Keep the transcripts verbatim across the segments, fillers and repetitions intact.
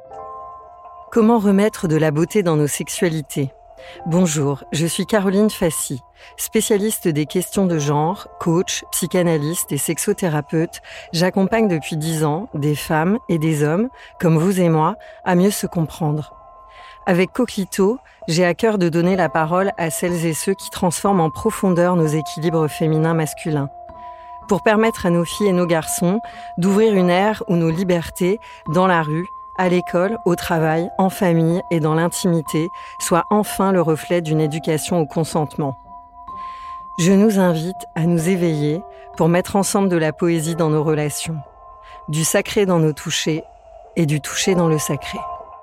Comment remettre de la beauté dans nos sexualités ? Bonjour, je suis Caroline Fassi, spécialiste des questions de genre, coach, psychanalyste et sexothérapeute. J'accompagne depuis dix ans des femmes et des hommes, comme vous et moi, à mieux se comprendre. Avec Coquelicot, j'ai à cœur de donner la parole à celles et ceux qui transforment en profondeur nos équilibres féminins-masculins. Pour permettre à nos filles et nos garçons d'ouvrir une ère où nos libertés, dans la rue, à l'école, au travail, en famille et dans l'intimité, soient enfin le reflet d'une éducation au consentement. Je nous invite à nous éveiller pour mettre ensemble de la poésie dans nos relations, du sacré dans nos touchés et du touché dans le sacré.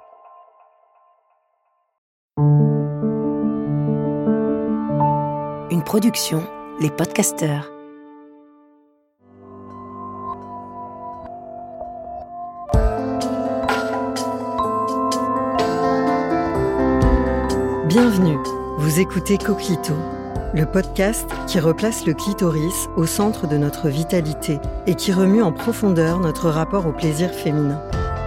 Une production, Les Podcasteurs. Bienvenue, vous écoutez Coquelicot, le podcast qui replace le clitoris au centre de notre vitalité et qui remue en profondeur notre rapport au plaisir féminin.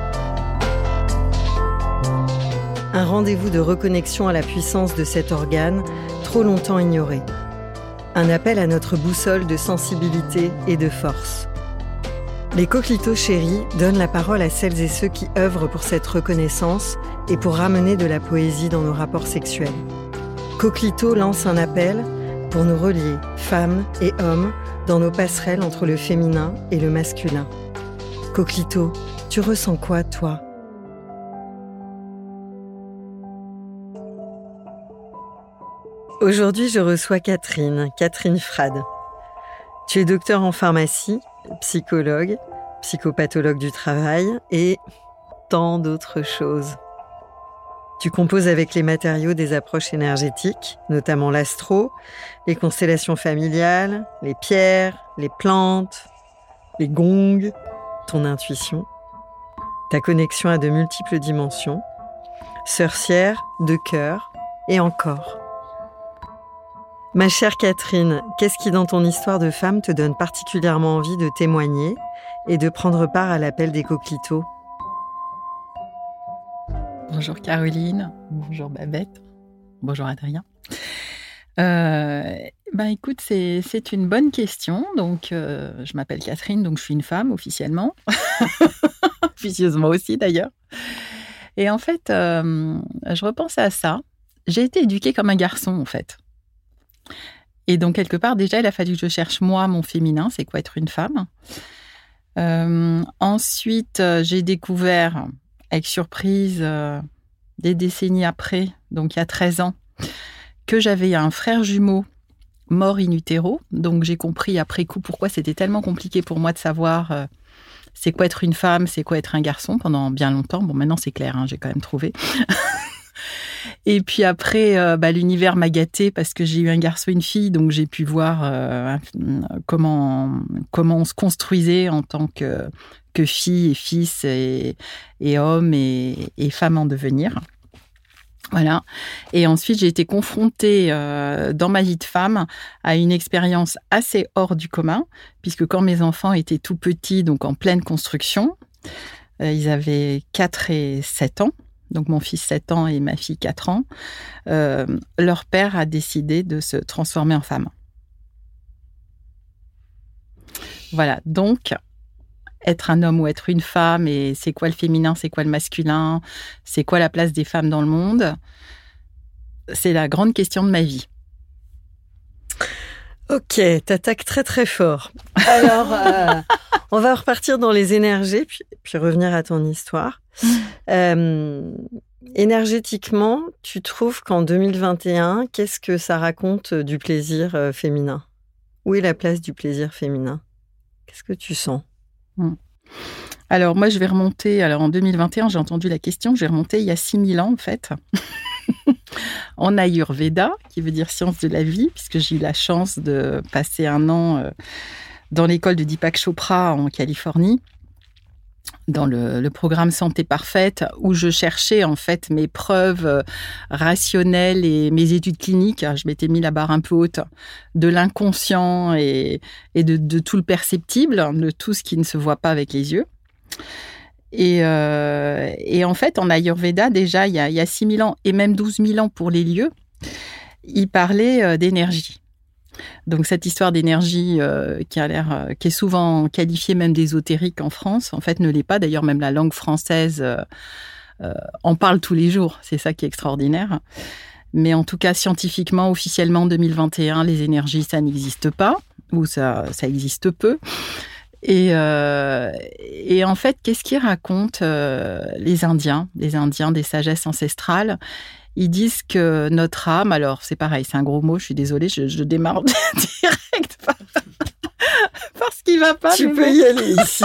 Un rendez-vous de reconnexion à la puissance de cet organe trop longtemps ignoré. Un appel à notre boussole de sensibilité et de force. Les Coquelicots chéris donnent la parole à celles et ceux qui œuvrent pour cette reconnaissance et pour ramener de la poésie dans nos rapports sexuels. Coquelicot lance un appel pour nous relier, femmes et hommes, dans nos passerelles entre le féminin et le masculin. Coquelicot, tu ressens quoi, toi ? Aujourd'hui, je reçois Catherine, Catherine Frade. Tu es docteur en pharmacie, psychologue, psychopathologue du travail et tant d'autres choses. Tu composes avec les matériaux des approches énergétiques, notamment l'astro, les constellations familiales, les pierres, les plantes, les gongs, ton intuition, ta connexion à de multiples dimensions, sorcière, de cœur et encore. Ma chère Catherine, qu'est-ce qui dans ton histoire de femme te donne particulièrement envie de témoigner et de prendre part à l'appel des Coquelicots ? Bonjour Caroline, bonjour Babette, bonjour Adrien. Euh, ben écoute, c'est, c'est une bonne question. Donc, euh, je m'appelle Catherine, donc je suis une femme officiellement, officieusement aussi d'ailleurs. Et en fait, euh, je repense à ça. J'ai été éduquée comme un garçon en fait. Et donc, quelque part, déjà, il a fallu que je cherche, moi, mon féminin, c'est quoi être une femme. Euh, ensuite, euh, j'ai découvert, avec surprise, euh, des décennies après, donc il y a treize ans, que j'avais un frère jumeau mort in utero. Donc, j'ai compris après coup pourquoi c'était tellement compliqué pour moi de savoir euh, c'est quoi être une femme, c'est quoi être un garçon pendant bien longtemps. Bon, maintenant, c'est clair, hein, j'ai quand même trouvé. Et puis après, euh, bah, l'univers m'a gâtée parce que j'ai eu un garçon et une fille, donc j'ai pu voir euh, comment, comment on se construisait en tant que, que fille et fils et, et homme et, et femme en devenir. Voilà. Et ensuite, j'ai été confrontée euh, dans ma vie de femme à une expérience assez hors du commun, puisque quand mes enfants étaient tout petits, donc en pleine construction, euh, ils avaient quatre et sept ans, donc mon fils sept ans et ma fille quatre ans, euh, leur père a décidé de se transformer en femme. Voilà, donc être un homme ou être une femme, et c'est quoi le féminin, c'est quoi le masculin, c'est quoi la place des femmes dans le monde, c'est la grande question de ma vie. Ok, t'attaques très très fort. Alors, euh, on va repartir dans les énergies, puis, puis revenir à ton histoire. Euh, énergétiquement, tu trouves qu'en deux mille vingt et un, qu'est-ce que ça raconte du plaisir euh, féminin ? Où est la place du plaisir féminin ? Qu'est-ce que tu sens ? Hum. Alors, moi, je vais remonter... Alors, en deux mille vingt et un, j'ai entendu la question. Je vais remonter il y a six mille ans, en fait. En Ayurveda, qui veut dire science de la vie, puisque j'ai eu la chance de passer un an euh, dans l'école de Deepak Chopra en Californie, dans le, le programme Santé Parfaite, où je cherchais en fait mes preuves rationnelles et mes études cliniques. Je m'étais mis la barre un peu haute de l'inconscient et, et de, de tout le perceptible, de tout ce qui ne se voit pas avec les yeux. Et, euh, et en fait, en Ayurveda, déjà, il y a, il y a six mille ans, et même douze mille ans pour les lieux, il parlait euh, d'énergie. Donc, cette histoire d'énergie euh, qui a l'air, euh, qui est souvent qualifiée même d'ésotérique en France, en fait, ne l'est pas. D'ailleurs, même la langue française euh, euh, en parle tous les jours. C'est ça qui est extraordinaire. Mais en tout cas, scientifiquement, officiellement, en deux mille vingt et un, les énergies, ça n'existe pas, ou ça, ça existe peu. Et, euh, et en fait, qu'est-ce qu'ils racontent euh, les Indiens, les Indiens des sagesses ancestrales? Ils disent que notre âme, alors c'est pareil, c'est un gros mot, je suis désolée, je, je démarre direct par, par ce qui ne va pas. Tu peux bon. y aller ici.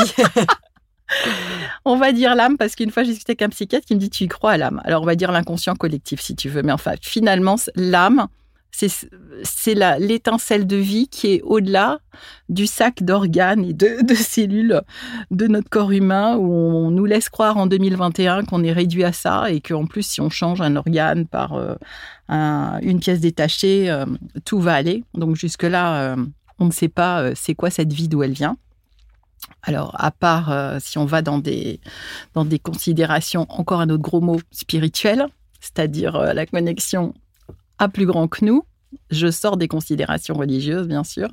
On va dire l'âme, parce qu'une fois, j'ai discuté avec un psychiatre qui me dit « tu y crois à l'âme ». Alors, on va dire l'inconscient collectif, si tu veux. Mais enfin, finalement, l'âme, c'est, c'est la, l'étincelle de vie qui est au-delà du sac d'organes et de, de cellules de notre corps humain, où on nous laisse croire en deux mille vingt et un qu'on est réduit à ça, et qu'en plus, si on change un organe par euh, un, une pièce détachée, euh, tout va aller. Donc, jusque-là, euh, on ne sait pas euh, c'est quoi cette vie, d'où elle vient. Alors, à part euh, si on va dans des, dans des considérations, encore un autre gros mot, spirituelles, c'est-à-dire euh, la connexion à plus grand que nous, je sors des considérations religieuses, bien sûr.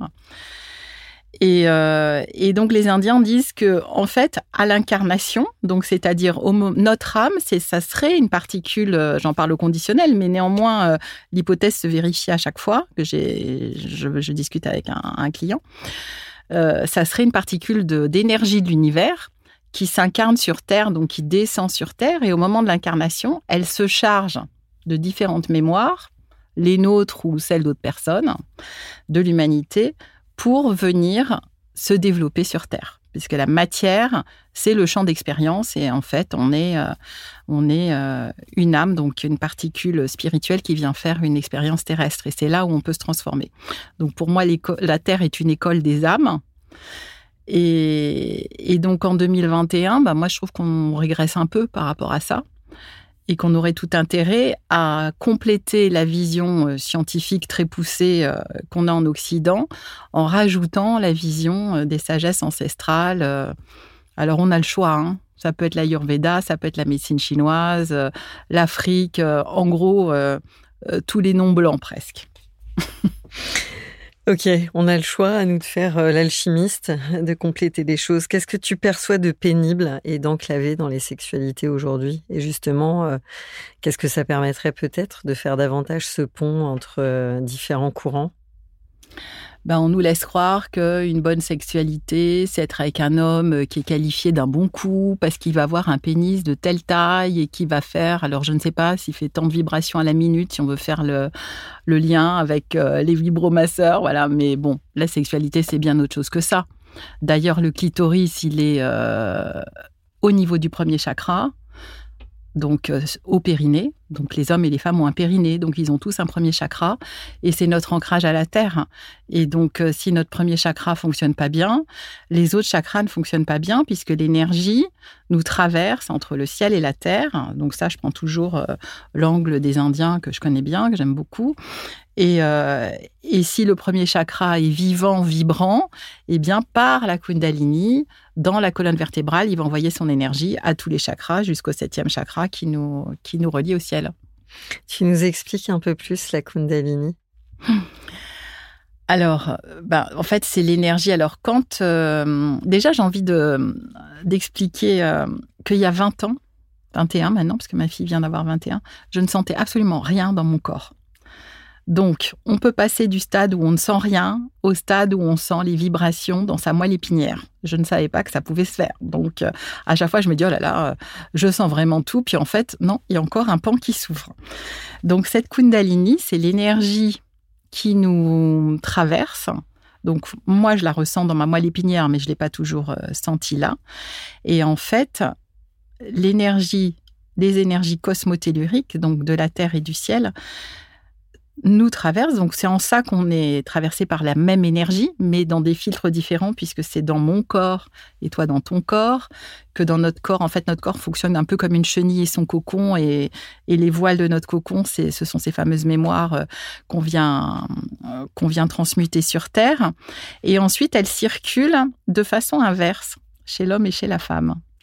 Et, euh, et donc, les Indiens disent que, en fait, à l'incarnation, donc c'est-à-dire au, notre âme, c'est, ça serait une particule, euh, j'en parle au conditionnel, mais néanmoins, euh, l'hypothèse se vérifie à chaque fois que j'ai, je, je discute avec un, un client. Euh, ça serait une particule de, d'énergie de l'univers qui s'incarne sur Terre, donc qui descend sur Terre. Et au moment de l'incarnation, elle se charge de différentes mémoires, les nôtres ou celles d'autres personnes, de l'humanité, pour venir se développer sur Terre. Puisque la matière, c'est le champ d'expérience. Et en fait, on est, euh, on est euh, une âme, donc une particule spirituelle qui vient faire une expérience terrestre. Et c'est là où on peut se transformer. Donc pour moi, la Terre est une école des âmes. Et, et donc en deux mille vingt et un, bah moi, je trouve qu'on régresse un peu par rapport à ça. Et qu'on aurait tout intérêt à compléter la vision scientifique très poussée euh, qu'on a en Occident en rajoutant la vision euh, des sagesses ancestrales. Euh, alors, on a le choix, hein. Ça peut être l'Ayurveda, ça peut être la médecine chinoise, euh, l'Afrique, euh, en gros, euh, euh, tous les noms blancs presque. Ok, on a le choix, à nous de faire euh, l'alchimiste, de compléter des choses. Qu'est-ce que tu perçois de pénible et d'enclavé dans les sexualités aujourd'hui? Et justement, euh, qu'est-ce que ça permettrait peut-être de faire davantage ce pont entre euh, différents courants? Ben, on nous laisse croire qu'une bonne sexualité, c'est être avec un homme qui est qualifié d'un bon coup parce qu'il va avoir un pénis de telle taille et qui va faire, alors je ne sais pas s'il fait tant de vibrations à la minute, si on veut faire le, le lien avec euh, les vibromasseurs, voilà. Mais bon, la sexualité, c'est bien autre chose que ça. D'ailleurs, le clitoris, il est euh, au niveau du premier chakra, donc euh, au périnée. Donc les hommes et les femmes ont un périnée, donc ils ont tous un premier chakra, et c'est notre ancrage à la terre. Et donc euh, si notre premier chakra fonctionne pas bien, les autres chakras ne fonctionnent pas bien, puisque l'énergie nous traverse entre le ciel et la terre. Donc ça, je prends toujours euh, l'angle des Indiens que je connais bien, que j'aime beaucoup. Et, euh, et si le premier chakra est vivant, vibrant, eh bien par la Kundalini, dans la colonne vertébrale, il va envoyer son énergie à tous les chakras jusqu'au septième chakra qui nous, qui nous relie au ciel. Tu nous expliques un peu plus la Kundalini? Alors, ben, en fait, c'est l'énergie. Alors, quand... Euh, déjà, j'ai envie de, d'expliquer euh, qu'il y a vingt ans, vingt et un maintenant, parce que ma fille vient d'avoir vingt et un, je ne sentais absolument rien dans mon corps. Donc, on peut passer du stade où on ne sent rien au stade où on sent les vibrations dans sa moelle épinière. Je ne savais pas que ça pouvait se faire. Donc, euh, à chaque fois, je me dis, oh là là, euh, je sens vraiment tout. Puis en fait, non, il y a encore un pan qui s'ouvre. Donc, cette Kundalini, c'est l'énergie qui nous traverse. Donc, moi, je la ressens dans ma moelle épinière, mais je ne l'ai pas toujours euh, sentie là. Et en fait, l'énergie, les énergies cosmotelluriques, donc de la Terre et du ciel, nous traverse. Donc, c'est en ça qu'on est traversé par la même énergie, mais dans des filtres différents, puisque c'est dans mon corps et toi dans ton corps, que dans notre corps. En fait, notre corps fonctionne un peu comme une chenille et son cocon, et, et les voiles de notre cocon, c'est, ce sont ces fameuses mémoires qu'on vient, qu'on vient transmuter sur Terre. Et ensuite, elles circulent de façon inverse chez l'homme et chez la femme.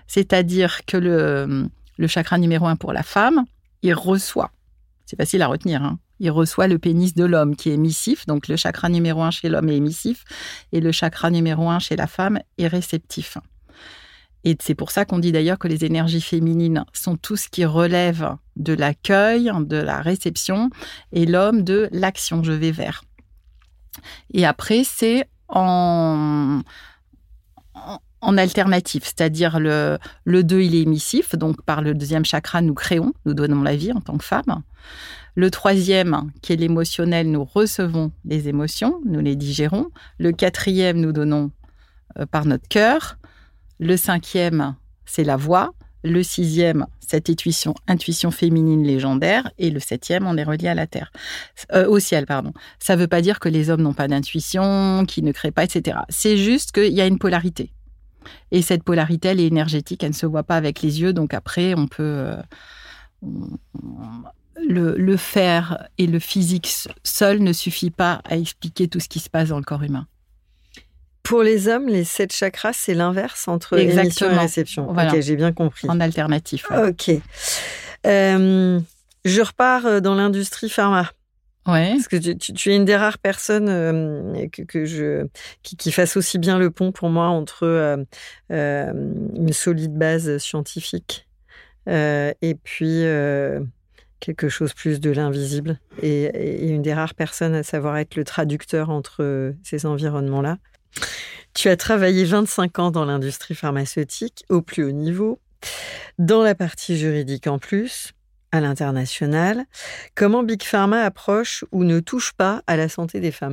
C'est-à-dire que le, le chakra numéro un pour la femme, il reçoit, c'est facile à retenir, hein, il reçoit le pénis de l'homme qui est émissif, donc le chakra numéro un chez l'homme est émissif, et le chakra numéro un chez la femme est réceptif. Et c'est pour ça qu'on dit d'ailleurs que les énergies féminines sont tout ce qui relève de l'accueil, de la réception, et l'homme de l'action, je vais vers. Et après, c'est en, en, en alternative, c'est-à-dire le, le deux, il est émissif, donc par le deuxième chakra, nous créons, nous donnons la vie en tant que femme. Le troisième, qui est l'émotionnel, nous recevons les émotions, nous les digérons. Le quatrième, nous donnons euh, par notre cœur. Le cinquième, c'est la voix. Le sixième, cette intuition, intuition féminine légendaire. Et le septième, on est relié à la terre, euh, au ciel, pardon. Ça ne veut pas dire que les hommes n'ont pas d'intuition, qu'ils ne créent pas, et cetera. C'est juste qu'il y a une polarité. Et cette polarité, elle est énergétique, elle ne se voit pas avec les yeux. Donc après, on peut... Euh, on, le, le faire et le physique seul ne suffit pas à expliquer tout ce qui se passe dans le corps humain. Pour les hommes, les sept chakras, c'est l'inverse entre émission et réception. Voilà. Ok, j'ai bien compris. En alternatif. Ouais. Ok. Euh, je repars dans l'industrie pharma. Ouais. Parce que tu, tu, tu es une des rares personnes euh, que, que je, qui, qui fasse aussi bien le pont pour moi entre euh, euh, une solide base scientifique euh, et puis euh, quelque chose plus de l'invisible. Et, et une des rares personnes à savoir être le traducteur entre ces environnements-là. Tu as travaillé vingt-cinq ans dans l'industrie pharmaceutique au plus haut niveau, dans la partie juridique en plus, à l'international. Comment Big Pharma approche ou ne touche pas à la santé des femmes ?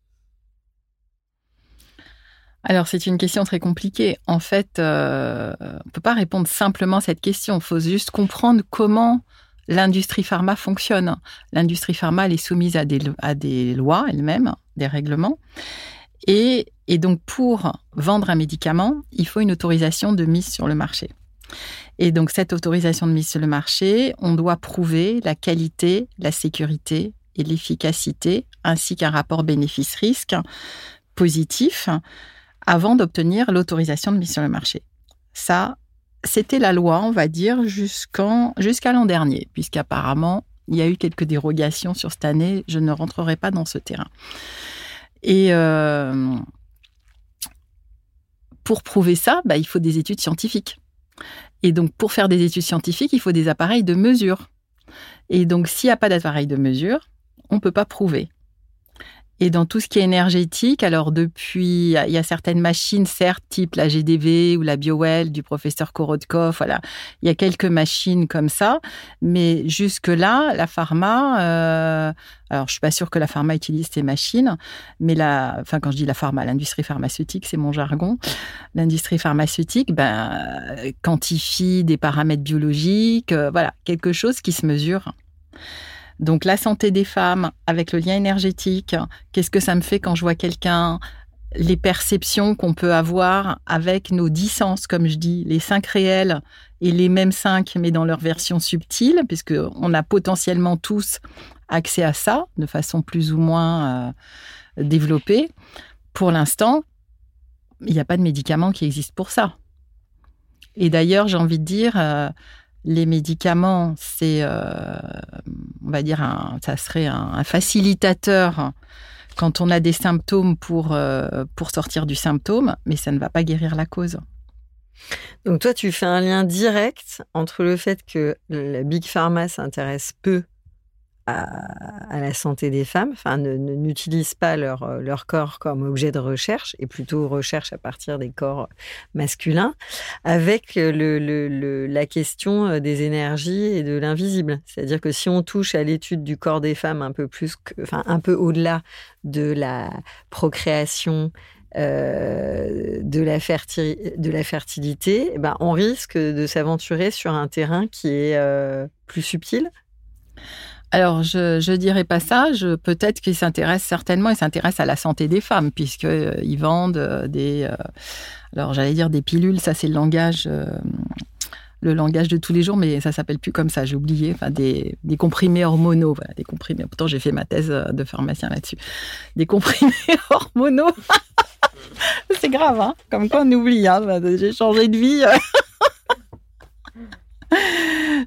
Alors, c'est une question très compliquée. En fait, euh, on ne peut pas répondre simplement à cette question. Il faut juste comprendre comment l'industrie pharma fonctionne. L'industrie pharma, elle est soumise à des, à des lois elle-même, des règlements. Et, et donc, pour vendre un médicament, il faut une autorisation de mise sur le marché. Et donc, cette autorisation de mise sur le marché, on doit prouver la qualité, la sécurité et l'efficacité, ainsi qu'un rapport bénéfice-risque positif, avant d'obtenir l'autorisation de mise sur le marché. Ça, c'était la loi, on va dire, jusqu'en, jusqu'à l'an dernier, puisqu'apparemment, il y a eu quelques dérogations sur cette année. Je ne rentrerai pas dans ce terrain. Et euh, pour prouver ça, bah, il faut des études scientifiques. Et donc, pour faire des études scientifiques, il faut des appareils de mesure. Et donc, s'il n'y a pas d'appareil de mesure, on ne peut pas prouver. Et dans tout ce qui est énergétique, alors depuis, il y a certaines machines, certes, type la G D V ou la BioWell du professeur Korotkov, voilà. Il y a quelques machines comme ça, mais jusque-là, la pharma, euh, alors je suis pas sûre que la pharma utilise ces machines, mais la, enfin quand je dis la pharma, l'industrie pharmaceutique, c'est mon jargon. L'industrie pharmaceutique, ben, quantifie des paramètres biologiques, euh, voilà, quelque chose qui se mesure. Donc, la santé des femmes avec le lien énergétique, qu'est-ce que ça me fait quand je vois quelqu'un, les perceptions qu'on peut avoir avec nos dix sens, comme je dis, les cinq réels et les mêmes cinq, mais dans leur version subtile, puisqu'on a potentiellement tous accès à ça, de façon plus ou moins euh, développée. Pour l'instant, il n'y a pas de médicament qui existe pour ça. Et d'ailleurs, j'ai envie de dire... Euh, les médicaments, c'est, euh, on va dire, un, ça serait un, un facilitateur quand on a des symptômes pour, euh, pour sortir du symptôme, mais ça ne va pas guérir la cause. Donc toi, tu fais un lien direct entre le fait que la Big Pharma s'intéresse peu à, à la santé des femmes, enfin ne, ne, n'utilise pas leur, leur corps comme objet de recherche, et plutôt recherche à partir des corps masculins, avec le, le, le, la question des énergies et de l'invisible. C'est-à-dire que si on touche à l'étude du corps des femmes un peu plus, que, enfin un peu au-delà de la procréation, euh, de, la ferti- de la fertilité, ben on risque de s'aventurer sur un terrain qui est euh, plus subtil. Alors, je je dirais pas ça. Je, peut-être qu'ils s'intéressent certainement, ils s'intéressent à la santé des femmes, puisqu'ils euh, vendent euh, des... Euh, alors, j'allais dire des pilules, ça c'est le langage... Euh, le langage de tous les jours, mais ça s'appelle plus comme ça, j'ai oublié. Enfin, des, des comprimés hormonaux, voilà, des comprimés. Pourtant, j'ai fait ma thèse de pharmacien là-dessus. Des comprimés hormonaux. C'est grave, hein. Comme quoi on oublie, hein. J'ai changé de vie.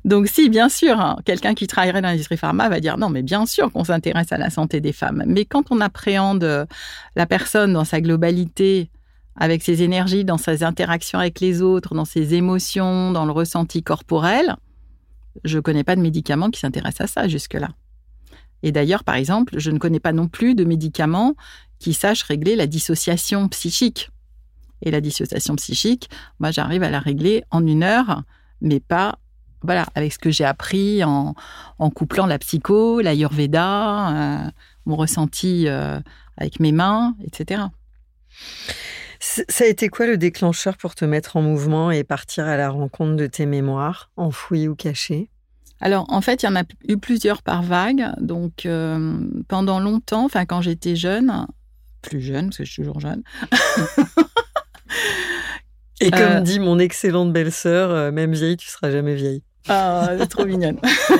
Donc si, bien sûr, hein, quelqu'un qui travaillerait dans l'industrie pharma va dire non, mais bien sûr qu'on s'intéresse à la santé des femmes. Mais quand on appréhende la personne dans sa globalité, avec ses énergies, dans ses interactions avec les autres, dans ses émotions, dans le ressenti corporel, je ne connais pas de médicaments qui s'intéressent à ça jusque-là. Et d'ailleurs, par exemple, je ne connais pas non plus de médicaments qui sachent régler la dissociation psychique. Et la dissociation psychique, moi, j'arrive à la régler en une heure, mais pas, voilà, avec ce que j'ai appris en, en couplant la psycho, l'ayurveda, euh, mon ressenti euh, avec mes mains, et cetera. Ça a été quoi le déclencheur pour te mettre en mouvement et partir à la rencontre de tes mémoires, enfouies ou cachées ? Alors, en fait, il y en a eu plusieurs par vague. Donc, euh, pendant longtemps, enfin, quand j'étais jeune, plus jeune, parce que je suis toujours jeune. Et comme euh, dit mon excellente belle-sœur, euh, même vieille, tu seras jamais vieille. Ah, c'est trop mignonne.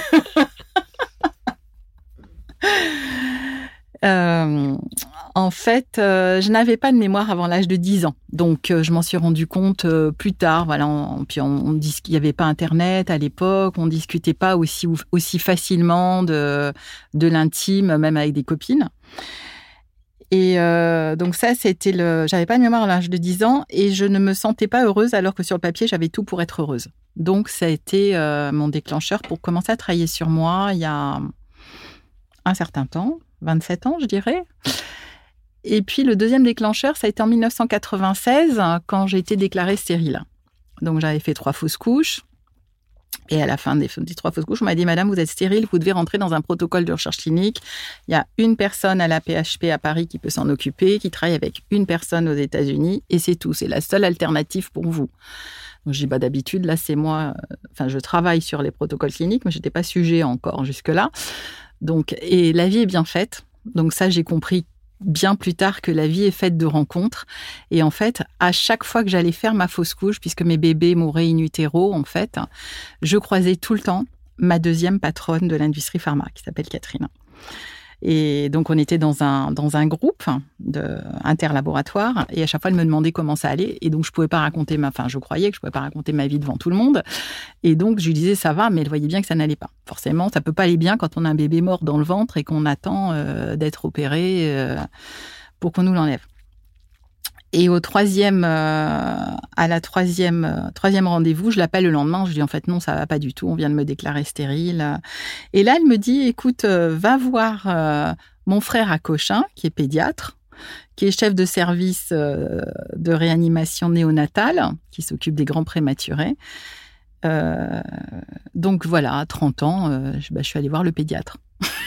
euh, en fait, euh, je n'avais pas de mémoire avant l'âge de dix ans. Donc, euh, je m'en suis rendu compte euh, plus tard. Voilà, on, puis on, on dis, il n'y avait pas Internet à l'époque. On ne discutait pas aussi, aussi facilement de, de l'intime, même avec des copines. Et euh, donc ça, c'était le... J'avais pas de mémoire à l'âge de dix ans et je ne me sentais pas heureuse alors que sur le papier, j'avais tout pour être heureuse. Donc, ça a été euh, mon déclencheur pour commencer à travailler sur moi il y a un certain temps, vingt-sept ans, je dirais. Et puis, le deuxième déclencheur, ça a été en dix-neuf cent quatre-vingt-seize, quand j'ai été déclarée stérile. Donc, j'avais fait trois fausses couches. Et à la fin des, des trois fausses couches, on m'a dit « Madame, vous êtes stérile, vous devez rentrer dans un protocole de recherche clinique. Il y a une personne à la P H P à Paris qui peut s'en occuper, qui travaille avec une personne aux États-Unis, et c'est tout. C'est la seule alternative pour vous. » Donc, je dis bah, « D'habitude, là, c'est moi. Enfin, je travaille sur les protocoles cliniques, mais je n'étais pas sujet encore jusque-là. Donc, et la vie est bien faite. Donc, ça, j'ai compris bien plus tard que la vie est faite de rencontres. Et en fait, à chaque fois que j'allais faire ma fausse couche, puisque mes bébés mouraient in utero, en fait, je croisais tout le temps ma deuxième patronne de l'industrie pharma, qui s'appelle Catherine. Et donc, on était dans un, dans un groupe de, interlaboratoire, et à chaque fois, elle me demandait comment ça allait. Et donc, je pouvais pas raconter ma... Enfin, je croyais que je pouvais pas raconter ma vie devant tout le monde. Et donc, je lui disais, ça va, mais elle voyait bien que ça n'allait pas. Forcément, ça peut pas aller bien quand on a un bébé mort dans le ventre et qu'on attend euh, d'être opéré euh, pour qu'on nous l'enlève. Et au troisième, euh, à la troisième, euh, troisième rendez-vous, je l'appelle le lendemain. Je lui dis en fait non, ça va pas du tout. On vient de me déclarer stérile. Et là, elle me dit écoute, euh, va voir euh, mon frère à Cochin, qui est pédiatre, qui est chef de service euh, de réanimation néonatale, qui s'occupe des grands prématurés. Euh, donc voilà, à trente ans, euh, je, bah, je suis allée voir le pédiatre.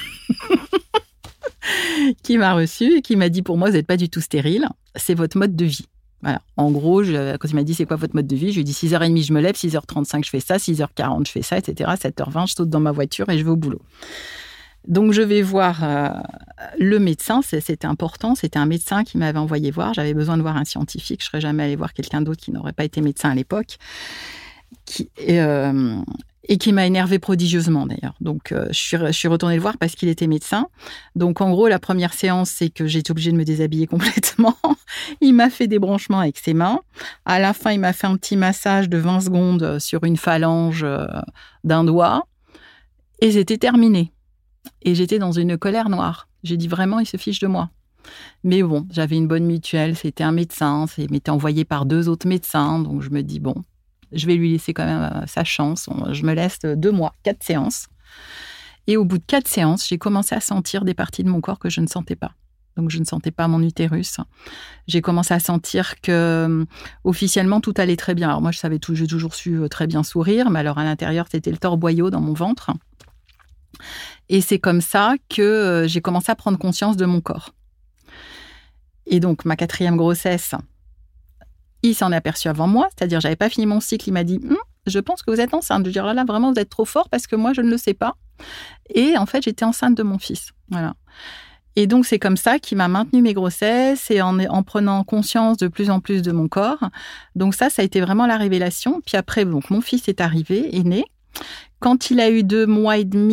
qui m'a reçue et qui m'a dit pour moi, vous n'êtes pas du tout stérile, c'est votre mode de vie. Voilà. En gros, je, quand il m'a dit c'est quoi votre mode de vie, je lui ai dit six heures trente, je me lève, six heures trente-cinq, je fais ça, six heures quarante, je fais ça, et cetera. sept heures vingt, je saute dans ma voiture et je vais au boulot. Donc, je vais voir euh, le médecin, c'est, c'était important, c'était un médecin qui m'avait envoyé voir, j'avais besoin de voir un scientifique, je ne serais jamais allée voir quelqu'un d'autre qui n'aurait pas été médecin à l'époque, qui, euh, et qui m'a énervée prodigieusement d'ailleurs. Donc, euh, je, suis, je suis retournée le voir parce qu'il était médecin. Donc, en gros, la première séance, c'est que j'ai été obligée de me déshabiller complètement. Il m'a fait des branchements avec ses mains. À la fin, il m'a fait un petit massage de vingt secondes sur une phalange d'un doigt. Et c'était terminé. Et j'étais dans une colère noire. J'ai dit vraiment, il se fiche de moi. Mais bon, j'avais une bonne mutuelle, c'était un médecin, il m'était envoyé par deux autres médecins. Donc, je me dis, bon, je vais lui laisser quand même sa chance. Je me laisse deux mois, quatre séances. Et au bout de quatre séances, j'ai commencé à sentir des parties de mon corps que je ne sentais pas. Donc, je ne sentais pas mon utérus. J'ai commencé à sentir que, officiellement, tout allait très bien. Alors, moi, je savais tout, j'ai toujours su très bien sourire, mais alors, à l'intérieur, c'était le torboyau dans mon ventre. Et c'est comme ça que j'ai commencé à prendre conscience de mon corps. Et donc, ma quatrième grossesse, il s'en est aperçu avant moi, c'est-à-dire j'avais pas fini mon cycle, il m'a dit hm, « Je pense que vous êtes enceinte ». Je dis « là, là, vraiment, vous êtes trop fort parce que moi, je ne le sais pas ». Et en fait, j'étais enceinte de mon fils. Voilà. Et donc, c'est comme ça qu'il m'a maintenu mes grossesses et en, en prenant conscience de plus en plus de mon corps. Donc ça, ça a été vraiment la révélation. Puis après, donc, mon fils est arrivé, est né. Quand il a eu deux mois et demi,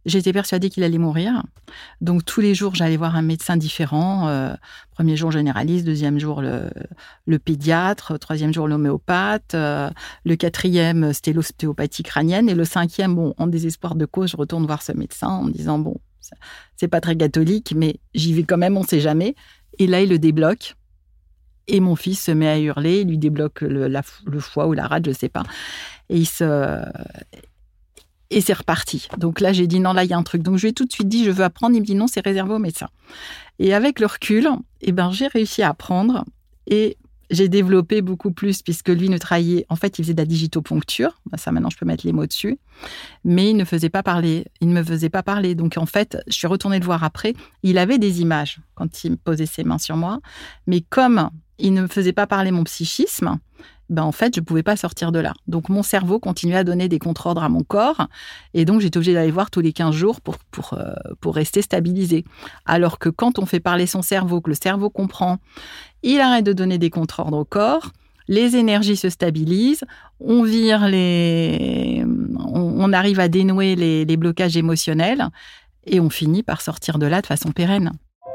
j'étais persuadée qu'il allait mourir. Donc, tous les jours, j'allais voir un médecin différent. Euh, premier jour, généraliste. Deuxième jour, le, le pédiatre. Troisième jour, l'homéopathe. Euh, le quatrième, c'était l'ostéopathie crânienne. Et le cinquième, bon, en désespoir de cause, je retourne voir ce médecin en me disant, bon, c'est pas très catholique, mais j'y vais quand même, on sait jamais. Et là, il le débloque. Et mon fils se met à hurler. Il lui débloque le, la, le foie ou la rate, je sais pas. Et il se... Et c'est reparti. Donc là, j'ai dit non, là, il y a un truc. Donc je lui ai tout de suite dit, je veux apprendre. Il me dit non, c'est réservé aux médecins. Et avec le recul, eh ben, j'ai réussi à apprendre et j'ai développé beaucoup plus puisque lui ne travaillait... En fait, il faisait de la digitoponcture. Ben, ça, maintenant, je peux mettre les mots dessus. Mais il ne faisait pas parler. Il ne me faisait pas parler. Donc en fait, je suis retournée le voir après. Il avait des images quand il me posait ses mains sur moi. Mais comme il ne me faisait pas parler mon psychisme, ben en fait, je ne pouvais pas sortir de là. Donc, mon cerveau continuait à donner des contre-ordres à mon corps. Et donc, j'étais obligée d'aller voir tous les quinze jours pour, pour, euh, pour rester stabilisée. Alors que quand on fait parler son cerveau, que le cerveau comprend, il arrête de donner des contre-ordres au corps, les énergies se stabilisent, on vire les... On, on arrive à dénouer les, les blocages émotionnels et on finit par sortir de là de façon pérenne.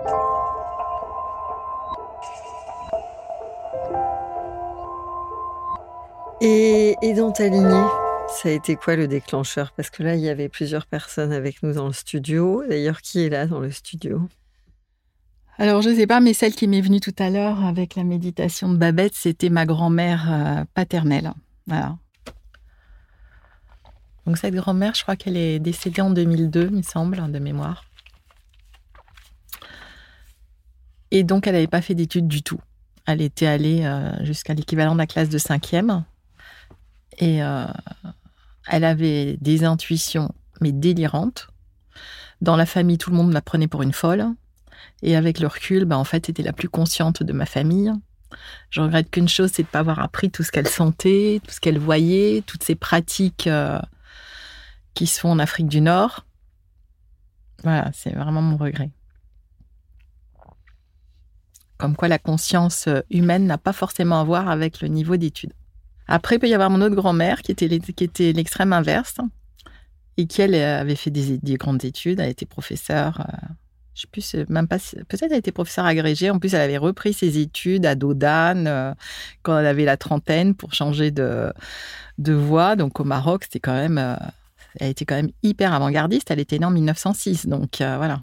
Et, et dans ta lignée, ça a été quoi le déclencheur? Parce que là, il y avait plusieurs personnes avec nous dans le studio. D'ailleurs, qui est là dans le studio? Alors, je ne sais pas, mais celle qui m'est venue tout à l'heure avec la méditation de Babette, c'était ma grand-mère euh, paternelle. Voilà. Donc, cette grand-mère, je crois qu'elle est décédée en deux mille deux, il me semble, de mémoire. Et donc, elle n'avait pas fait d'études du tout. Elle était allée euh, jusqu'à l'équivalent de la classe de cinquième. Et euh, elle avait des intuitions, mais délirantes. Dans la famille, tout le monde la prenait pour une folle. Et avec le recul, bah, en fait, c'était la plus consciente de ma famille. Je regrette qu'une chose, c'est de ne pas avoir appris tout ce qu'elle sentait, tout ce qu'elle voyait, toutes ces pratiques euh, qui se font en Afrique du Nord. Voilà, c'est vraiment mon regret. Comme quoi la conscience humaine n'a pas forcément à voir avec le niveau d'études. Après, il peut y avoir mon autre grand-mère qui était, qui était l'extrême inverse et qui, elle, avait fait des, des grandes études. Elle était professeure, euh, je ne sais plus, même pas, peut-être elle était professeure agrégée. En plus, elle avait repris ses études à Dodane euh, quand elle avait la trentaine pour changer de, de voie. Donc, au Maroc, c'était quand même, euh, elle était quand même hyper avant-gardiste. Elle était née en mille neuf cent six, donc euh, voilà.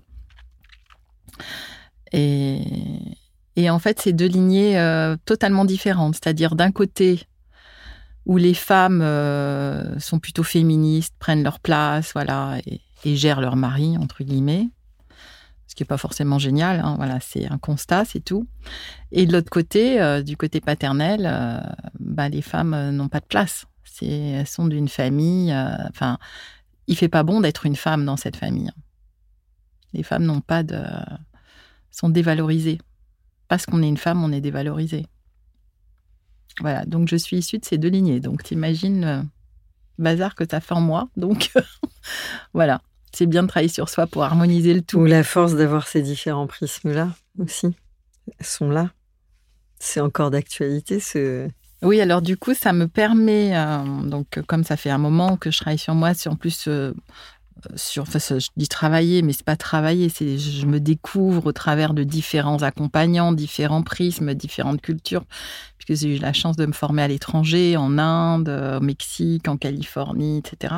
Et, et en fait, c'est deux lignées euh, totalement différentes. C'est-à-dire, d'un côté, où les femmes euh, sont plutôt féministes, prennent leur place, voilà, et, et gèrent leur mari, entre guillemets. Ce qui n'est pas forcément génial, hein, voilà, c'est un constat, c'est tout. Et de l'autre côté, euh, du côté paternel, euh, bah, les femmes euh, n'ont pas de place. C'est, elles sont d'une famille... Enfin, euh, il ne fait pas bon d'être une femme dans cette famille. Les femmes n'ont pas de... sont dévalorisées. Parce qu'on est une femme, on est dévalorisé. Voilà, donc je suis issue de ces deux lignées. Donc, t'imagines le bazar que ça fait en moi. Donc, voilà, c'est bien de travailler sur soi pour harmoniser le tout. Ou la force d'avoir ces différents prismes-là aussi. Elles sont là. C'est encore d'actualité, ce... Oui, alors du coup, ça me permet, euh, donc comme ça fait un moment que je travaille sur moi, c'est en plus... Euh, Sur, enfin, je dis travailler, mais c'est pas travailler, c'est je me découvre au travers de différents accompagnants, différents prismes, différentes cultures, puisque j'ai eu la chance de me former à l'étranger, en Inde, au Mexique, en Californie, et cetera.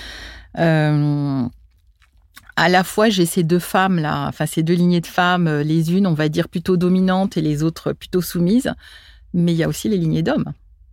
Euh, à la fois, j'ai ces deux femmes là, enfin ces deux lignées de femmes, les unes, on va dire plutôt dominantes et les autres plutôt soumises, mais il y a aussi les lignées d'hommes.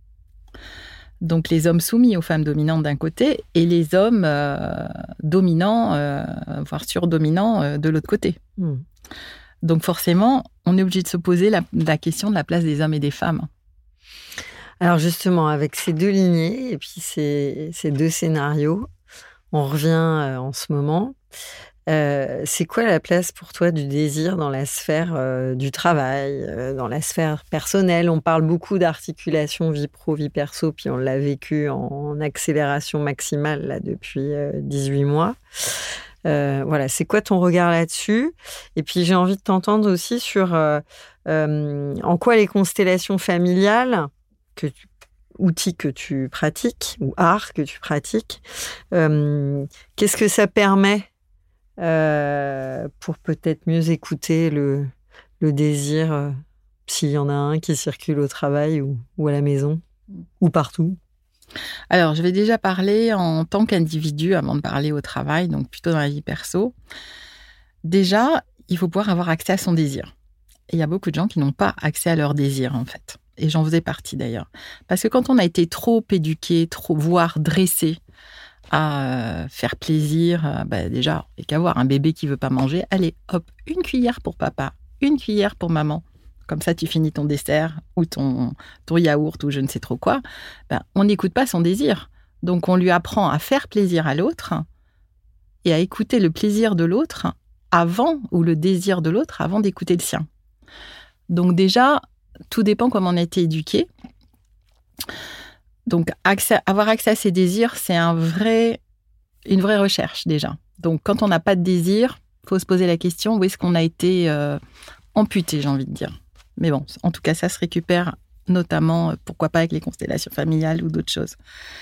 Donc, les hommes soumis aux femmes dominantes d'un côté et les hommes euh, dominants, euh, voire surdominants euh, de l'autre côté. Mmh. Donc, forcément, on est obligé de se poser la, la question de la place des hommes et des femmes. Alors, justement, avec ces deux lignées et puis ces, ces deux scénarios, on revient euh, en ce moment. Euh, c'est quoi la place pour toi du désir dans la sphère euh, du travail, euh, dans la sphère personnelle? On parle beaucoup d'articulation vie pro, vie perso, puis on l'a vécu en, en accélération maximale là, depuis euh, dix-huit mois. Euh, voilà, c'est quoi ton regard là-dessus? Et puis j'ai envie de t'entendre aussi sur euh, euh, en quoi les constellations familiales, que tu, outils que tu pratiques, ou art que tu pratiques, euh, qu'est-ce que ça permet euh, pour peut-être mieux écouter le, le désir, euh, s'il y en a un qui circule au travail ou, ou à la maison, ou partout? Alors, je vais déjà parler en tant qu'individu avant de parler au travail, donc plutôt dans la vie perso. Déjà, il faut pouvoir avoir accès à son désir. Et il y a beaucoup de gens qui n'ont pas accès à leur désir, en fait. Et j'en faisais partie d'ailleurs. Parce que quand on a été trop éduqué, trop, voire dressé à faire plaisir, bah déjà, il n'y a qu'à voir un bébé qui ne veut pas manger. Allez, hop, une cuillère pour papa, une cuillère pour maman. Comme ça, tu finis ton dessert ou ton, ton yaourt ou je ne sais trop quoi. Ben, on n'écoute pas son désir. Donc, on lui apprend à faire plaisir à l'autre et à écouter le plaisir de l'autre avant, ou le désir de l'autre, avant d'écouter le sien. Donc déjà, tout dépend comment on a été éduqué. Donc, accès, avoir accès à ses désirs, c'est un vrai, une vraie recherche déjà. Donc, quand on n'a pas de désir, il faut se poser la question, où est-ce qu'on a été euh, amputé, j'ai envie de dire. Mais bon, en tout cas, ça se récupère notamment, pourquoi pas avec les constellations familiales ou d'autres choses.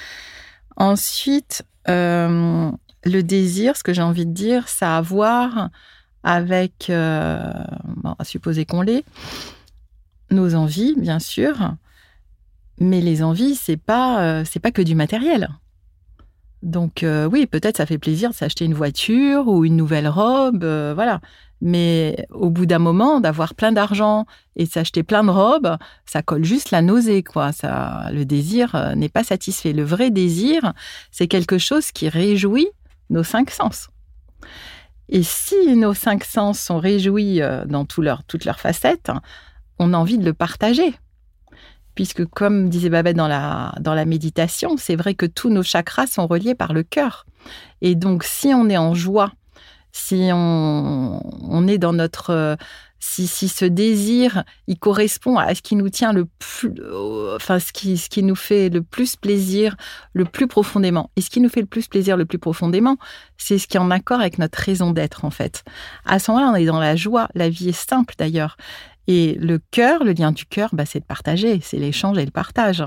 Ensuite, euh, le désir, ce que j'ai envie de dire, ça a à voir avec, euh, bon, à supposer qu'on l'ait, nos envies, bien sûr, mais les envies, c'est pas, euh, c'est pas que du matériel. Donc euh, oui, peut-être ça fait plaisir de s'acheter une voiture ou une nouvelle robe, euh, voilà. Mais au bout d'un moment, d'avoir plein d'argent et de s'acheter plein de robes, ça colle juste la nausée, quoi. Ça, le désir euh, n'est pas satisfait. Le vrai désir, c'est quelque chose qui réjouit nos cinq sens. Et si nos cinq sens sont réjouis euh, dans tout leur, toutes leurs facettes, on a envie de le partager. Puisque, comme disait Babette dans la, dans la méditation, c'est vrai que tous nos chakras sont reliés par le cœur. Et donc, si on est en joie, si on, on est dans notre... Euh, si, si ce désir, il correspond à ce qui nous tient le plus... Euh, enfin, ce qui, ce qui nous fait le plus plaisir, le plus profondément. Et ce qui nous fait le plus plaisir, le plus profondément, c'est ce qui est en accord avec notre raison d'être, en fait. À ce moment-là, on est dans la joie. La vie est simple, d'ailleurs. Et le cœur, le lien du cœur, bah, c'est de partager, c'est l'échange et le partage.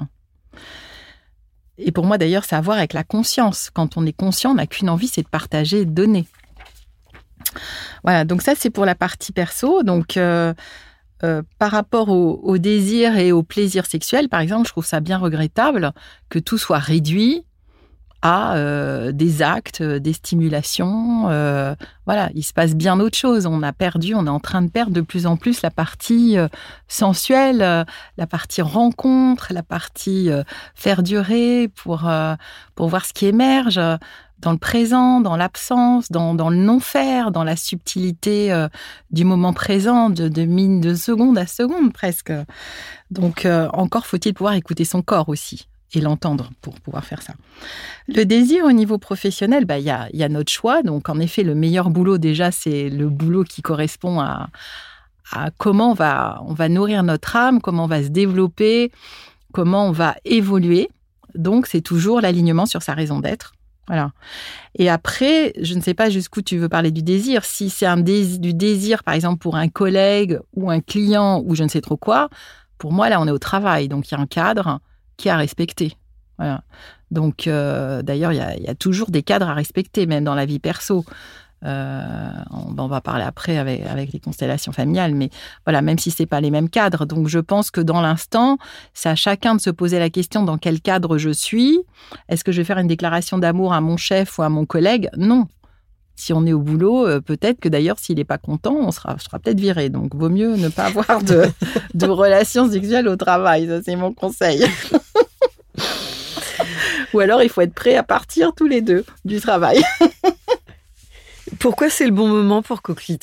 Et pour moi, d'ailleurs, ça a à voir avec la conscience. Quand on est conscient, on n'a qu'une envie, c'est de partager et de donner. Voilà, donc ça, c'est pour la partie perso. Donc, euh, euh, par rapport au, au désir et au plaisir sexuel, par exemple, je trouve ça bien regrettable que tout soit réduit à euh, des actes, des stimulations. Euh, voilà, il se passe bien autre chose. On a perdu, on est en train de perdre de plus en plus la partie euh, sensuelle, euh, la partie rencontre, la partie euh, faire durer pour, euh, pour voir ce qui émerge dans le présent, dans l'absence, dans, dans le non-faire, dans la subtilité euh, du moment présent, de, de mine de seconde à seconde presque. Donc, euh, encore faut-il pouvoir écouter son corps aussi et l'entendre pour pouvoir faire ça. Le désir au niveau professionnel, bah, y a, y a notre choix. Donc, en effet, le meilleur boulot, déjà, c'est le boulot qui correspond à, à comment on va, on va nourrir notre âme, comment on va se développer, comment on va évoluer. Donc, c'est toujours l'alignement sur sa raison d'être. Voilà. Et après, je ne sais pas jusqu'où tu veux parler du désir. Si c'est un désir, du désir, par exemple, pour un collègue ou un client ou je ne sais trop quoi, pour moi, là, on est au travail. Donc, il y a un cadre qui est à respecter. Voilà. Donc, euh, d'ailleurs, il y a, y a toujours des cadres à respecter, même dans la vie perso. Euh, on, on va parler après avec, avec les constellations familiales, mais voilà, même si ce n'est pas les mêmes cadres. Donc, je pense que dans l'instant, c'est à chacun de se poser la question dans quel cadre je suis. Est-ce que je vais faire une déclaration d'amour à mon chef ou à mon collègue ? Non. Si on est au boulot, euh, peut-être que d'ailleurs, s'il n'est pas content, on sera, sera peut-être viré. Donc, vaut mieux ne pas avoir de, de relations sexuelles au travail. Ça, c'est mon conseil. Ou alors, il faut être prêt à partir tous les deux du travail. Pourquoi c'est le bon moment pour Coquelicot ?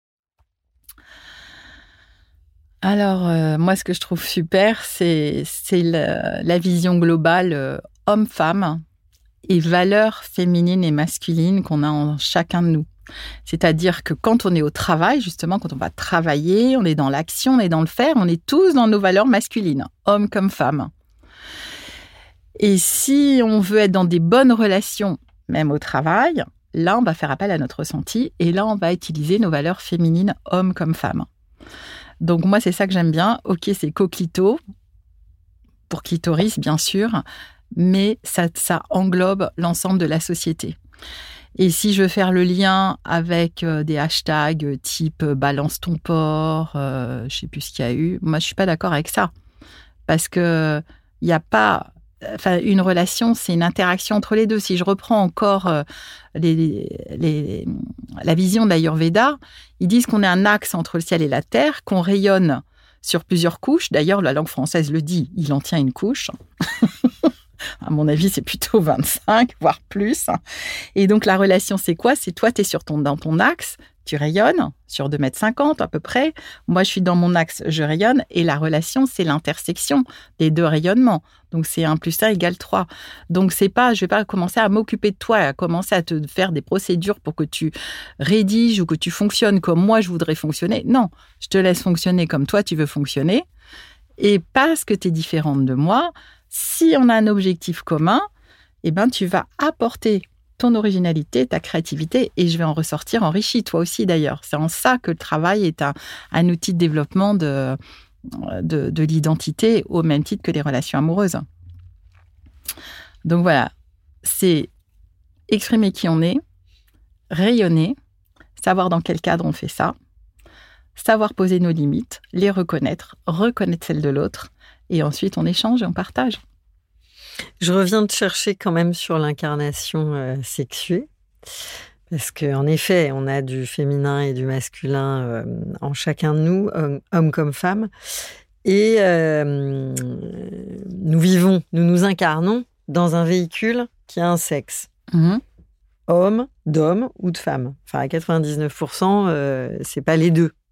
Alors, euh, moi, ce que je trouve super, c'est, c'est la, la vision globale euh, homme-femme et valeurs féminines et masculines qu'on a en chacun de nous. C'est-à-dire que quand on est au travail, justement, quand on va travailler, on est dans l'action, on est dans le faire, on est tous dans nos valeurs masculines, hommes comme femmes. Et si on veut être dans des bonnes relations, même au travail, là, on va faire appel à notre ressenti et là, on va utiliser nos valeurs féminines, hommes comme femmes. Donc, moi, c'est ça que j'aime bien. Ok, c'est Coquelicot, pour clitoris, bien sûr, mais ça, ça englobe l'ensemble de la société. Et si je veux faire le lien avec euh, des hashtags type euh, balance ton porc, euh, je sais plus ce qu'il y a eu, moi je suis pas d'accord avec ça. Parce que il n'y a pas... Enfin, une relation, c'est une interaction entre les deux. Si je reprends encore euh, les, les, la vision d'Ayurveda, ils disent qu'on est un axe entre le ciel et la terre, qu'on rayonne sur plusieurs couches. D'ailleurs, la langue française le dit, il en tient une couche. À mon avis, c'est plutôt vingt-cinq, voire plus. Et donc, la relation, c'est quoi? C'est toi, tu es sur ton, dans ton axe, tu rayonnes sur deux mètres cinquante à peu près. Moi, je suis dans mon axe, je rayonne. Et la relation, c'est l'intersection des deux rayonnements. Donc, c'est un plus un égale trois. Donc, c'est pas, je vais pas commencer à m'occuper de toi, à commencer à te faire des procédures pour que tu rédiges ou que tu fonctionnes comme moi, je voudrais fonctionner. Non, je te laisse fonctionner comme toi, tu veux fonctionner. Et parce que tu es différente de moi, si on a un objectif commun, eh ben, tu vas apporter ton originalité, ta créativité, et je vais en ressortir enrichi, toi aussi d'ailleurs. C'est en ça que le travail est un, un outil de développement de, de, de l'identité, au même titre que les relations amoureuses. Donc voilà, c'est exprimer qui on est, rayonner, savoir dans quel cadre on fait ça, savoir poser nos limites, les reconnaître, reconnaître celles de l'autre, et ensuite on échange et on partage. Je reviens te chercher quand même sur l'incarnation euh, sexuée, parce qu'en effet, on a du féminin et du masculin euh, en chacun de nous, homme, homme comme femme, et euh, nous vivons, nous nous incarnons dans un véhicule qui a un sexe. Mmh. Homme, d'homme ou de femme. Enfin, à quatre-vingt-dix-neuf pour cent, euh, c'est pas les deux.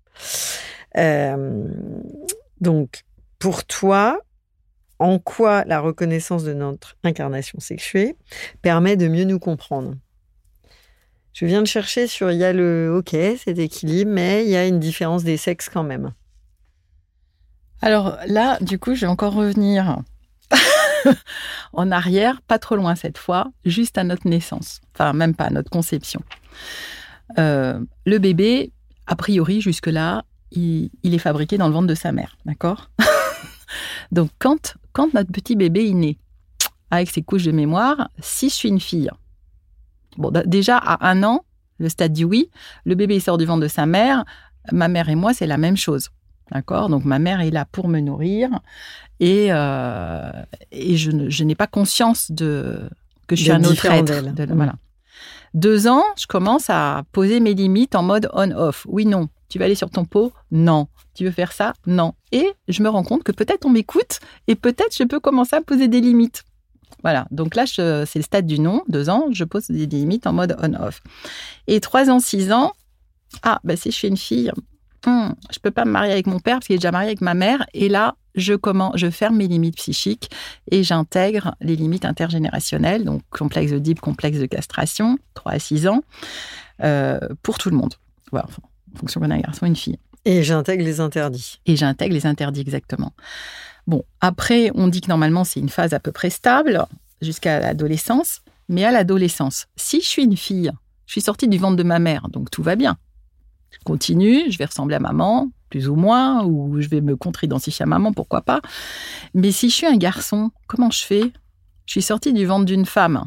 Euh, donc, pour toi, en quoi la reconnaissance de notre incarnation sexuée permet de mieux nous comprendre? Je viens de chercher sur, il y a le, ok, cet équilibre, mais il y a une différence des sexes quand même. Alors là, du coup, je vais encore revenir en arrière, pas trop loin cette fois, juste à notre naissance. Enfin, même pas à notre conception. Euh, le bébé, a priori, jusque-là, il, il est fabriqué dans le ventre de sa mère, d'accord? Donc, quand, quand notre petit bébé est né, avec ses couches de mémoire, si je suis une fille, bon, déjà, à un an, le stade du oui, le bébé il sort du ventre de sa mère, ma mère et moi, c'est la même chose, d'accord? Donc, ma mère est là pour me nourrir et, euh, et je, ne, je n'ai pas conscience de, que je suis un autre être. De, mmh. Voilà. Deux ans, je commence à poser mes limites en mode on-off. Oui, non. Tu vas aller sur ton pot? Non. Tu veux faire ça? Non. Et je me rends compte que peut-être on m'écoute et peut-être je peux commencer à poser des limites. Voilà. Donc là, je, c'est le stade du non. Deux ans, je pose des limites en mode on-off. Et trois ans, six ans, ah, bah, si je suis une fille, hum, je peux pas me marier avec mon père parce qu'il est déjà marié avec ma mère. Et là, je, commence, je ferme mes limites psychiques et j'intègre les limites intergénérationnelles, donc complexe d'Oedipe, complexe de castration, trois à six ans, euh, pour tout le monde. Voilà, enfin, en fonction qu'on a un garçon ou une fille. Et j'intègre les interdits. Et j'intègre les interdits, exactement. Bon, après, on dit que normalement, c'est une phase à peu près stable jusqu'à l'adolescence. Mais à l'adolescence, si je suis une fille, je suis sortie du ventre de ma mère, donc tout va bien. Je continue, je vais ressembler à maman, plus ou moins, ou je vais me contre-identifier à maman, pourquoi pas. Mais si je suis un garçon, comment je fais? Je suis sortie du ventre d'une femme.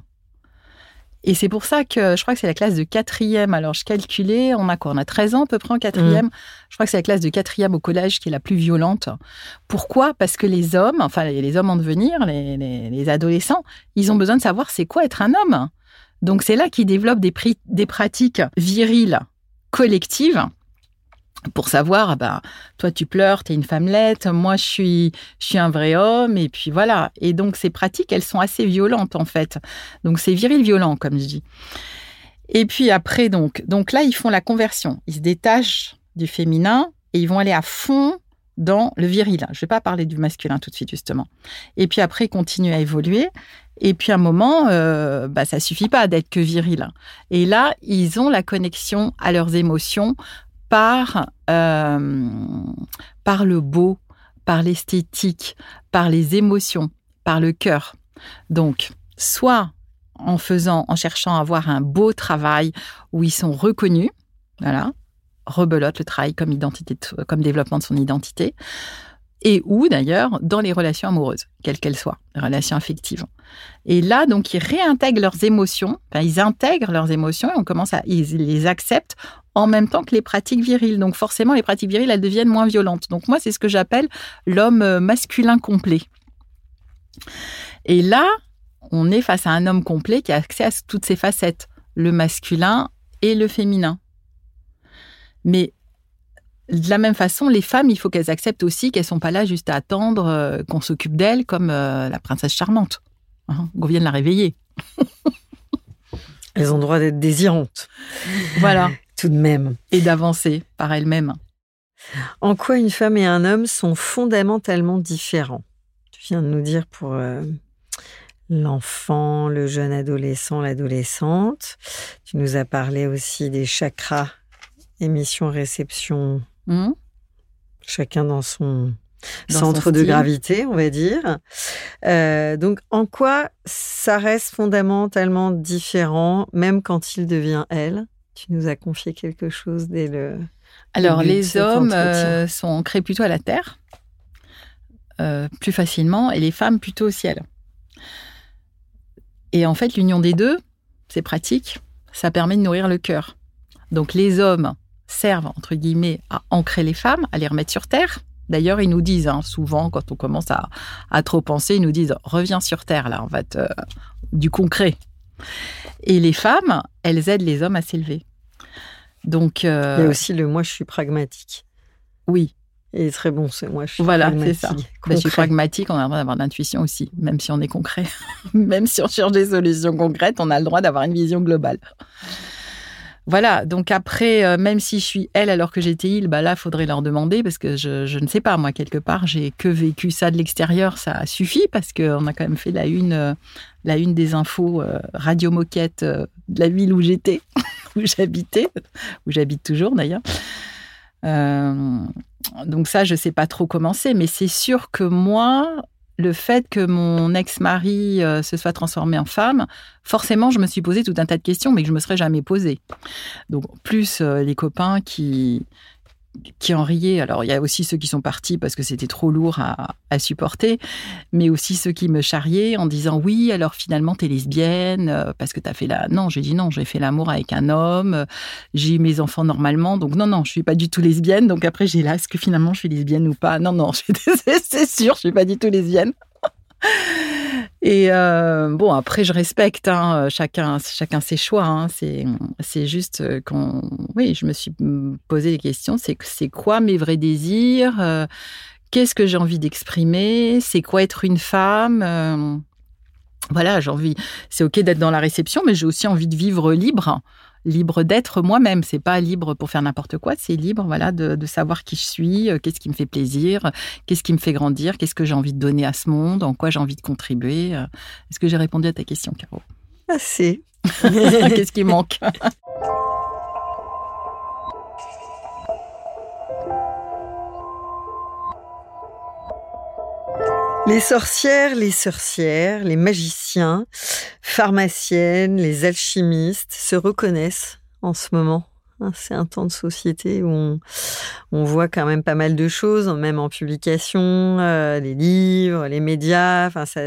Et c'est pour ça que je crois que c'est la classe de quatrième. Alors, je calculais, on a quoi? On a treize ans à peu près en quatrième. Mmh. Je crois que c'est la classe de quatrième au collège qui est la plus violente. Pourquoi? Parce que les hommes, enfin les hommes en devenir, les, les, les adolescents, ils ont besoin de savoir c'est quoi être un homme. Donc, c'est là qu'ils développent des, pri- des pratiques viriles collectives pour savoir, bah, toi tu pleures, t'es une femmelette, moi je suis, je suis un vrai homme, et puis voilà. Et donc ces pratiques, elles sont assez violentes en fait. Donc c'est viril violent, comme je dis. Et puis après, donc, donc là, ils font la conversion. Ils se détachent du féminin et ils vont aller à fond dans le viril. Je ne vais pas parler du masculin tout de suite, justement. Et puis après, ils continuent à évoluer. Et puis à un moment, euh, bah, ça ne suffit pas d'être que viril. Et là, ils ont la connexion à leurs émotions par, euh, par le beau, par l'esthétique, par les émotions, par le cœur. Donc, soit en faisant, en cherchant à avoir un beau travail où ils sont reconnus, voilà, rebelote le travail comme identité, comme développement de son identité, et ou d'ailleurs dans les relations amoureuses, quelles qu'elles soient, les relations affectives. Et là, donc, ils réintègrent leurs émotions, enfin, ils intègrent leurs émotions et on commence à, ils les acceptent en même temps que les pratiques viriles. Donc, forcément, les pratiques viriles, elles deviennent moins violentes. Donc, moi, c'est ce que j'appelle l'homme masculin complet. Et là, on est face à un homme complet qui a accès à toutes ses facettes, le masculin et le féminin. Mais de la même façon, les femmes, il faut qu'elles acceptent aussi qu'elles ne sont pas là juste à attendre euh, qu'on s'occupe d'elles comme euh, la princesse charmante, hein, qu'on vienne la réveiller. Elles ont le droit d'être désirantes. Voilà. Tout de même. Et d'avancer par elles-mêmes. En quoi une femme et un homme sont fondamentalement différents ? Tu viens de nous dire pour euh, l'enfant, le jeune adolescent, l'adolescente. Tu nous as parlé aussi des chakras, émission, réception, mmh. chacun dans son dans centre son de gravité, on va dire. Euh, donc, en quoi ça reste fondamentalement différent, même quand il devient elle ? Tu nous as confié quelque chose dès le... Alors, les hommes euh, sont ancrés plutôt à la terre, euh, plus facilement, et les femmes plutôt au ciel. Et en fait, l'union des deux, c'est pratique, ça permet de nourrir le cœur. Donc, les hommes servent, entre guillemets, à ancrer les femmes, à les remettre sur terre. D'ailleurs, ils nous disent, hein, souvent, quand on commence à, à trop penser, ils nous disent « reviens sur terre, là, on va te... du concret ». Et les femmes, elles aident les hommes à s'élever. Donc, euh... il y a aussi le « moi, je suis pragmatique ». Oui. Il est très bon, ce « moi, je suis voilà, pragmatique ». Voilà, c'est ça. Ben, je suis pragmatique, on a le droit d'avoir de l'intuition aussi, même si on est concret. Même si on cherche des solutions concrètes, on a le droit d'avoir une vision globale. Voilà, donc après, euh, même si je suis elle alors que j'étais il, bah là, il faudrait leur demander parce que je, je ne sais pas, moi, quelque part, j'ai que vécu ça de l'extérieur, ça suffit parce qu'on a quand même fait la une, euh, la une des infos euh, radio moquette euh, de la ville où j'étais, où j'habitais, où j'habite toujours d'ailleurs. Euh, donc ça, je ne sais pas trop comment c'est, mais c'est sûr que moi... Le fait que mon ex-mari euh, se soit transformé en femme, forcément, je me suis posé tout un tas de questions, mais que je ne me serais jamais posée. Donc, plus euh, les copains qui, qui en riaient. Alors, il y a aussi ceux qui sont partis parce que c'était trop lourd à, à supporter, mais aussi ceux qui me charriaient en disant « Oui, alors finalement, t'es lesbienne euh, parce que t'as fait la... » Non, j'ai dit non, j'ai fait l'amour avec un homme, euh, j'ai eu mes enfants normalement, donc non, non, je ne suis pas du tout lesbienne. Donc après, j'ai là, est-ce que finalement, je suis lesbienne ou pas ? Non, non, c'est sûr, je ne suis pas du tout lesbienne. Et euh, bon, après, je respecte hein, chacun, chacun ses choix. Hein. C'est, c'est juste qu'on... Oui, je me suis posé des questions. C'est, c'est quoi mes vrais désirs ? euh, Qu'est-ce que j'ai envie d'exprimer ? C'est quoi être une femme ? euh, Voilà, j'ai envie... C'est OK d'être dans la réception, mais j'ai aussi envie de vivre libre. Libre d'être moi-même. C'est pas libre pour faire n'importe quoi. C'est libre, voilà, de, de savoir qui je suis, euh, qu'est-ce qui me fait plaisir, qu'est-ce qui me fait grandir, qu'est-ce que j'ai envie de donner à ce monde, en quoi j'ai envie de contribuer. Euh. Est-ce que j'ai répondu à ta question, Caro ? Assez. Qu'est-ce qui manque ? Les sorcières, les sorcières, les magiciens, pharmaciennes, les alchimistes se reconnaissent en ce moment. C'est un temps de société où on, on voit quand même pas mal de choses, même en publication, euh, les livres, les médias. Enfin, ça,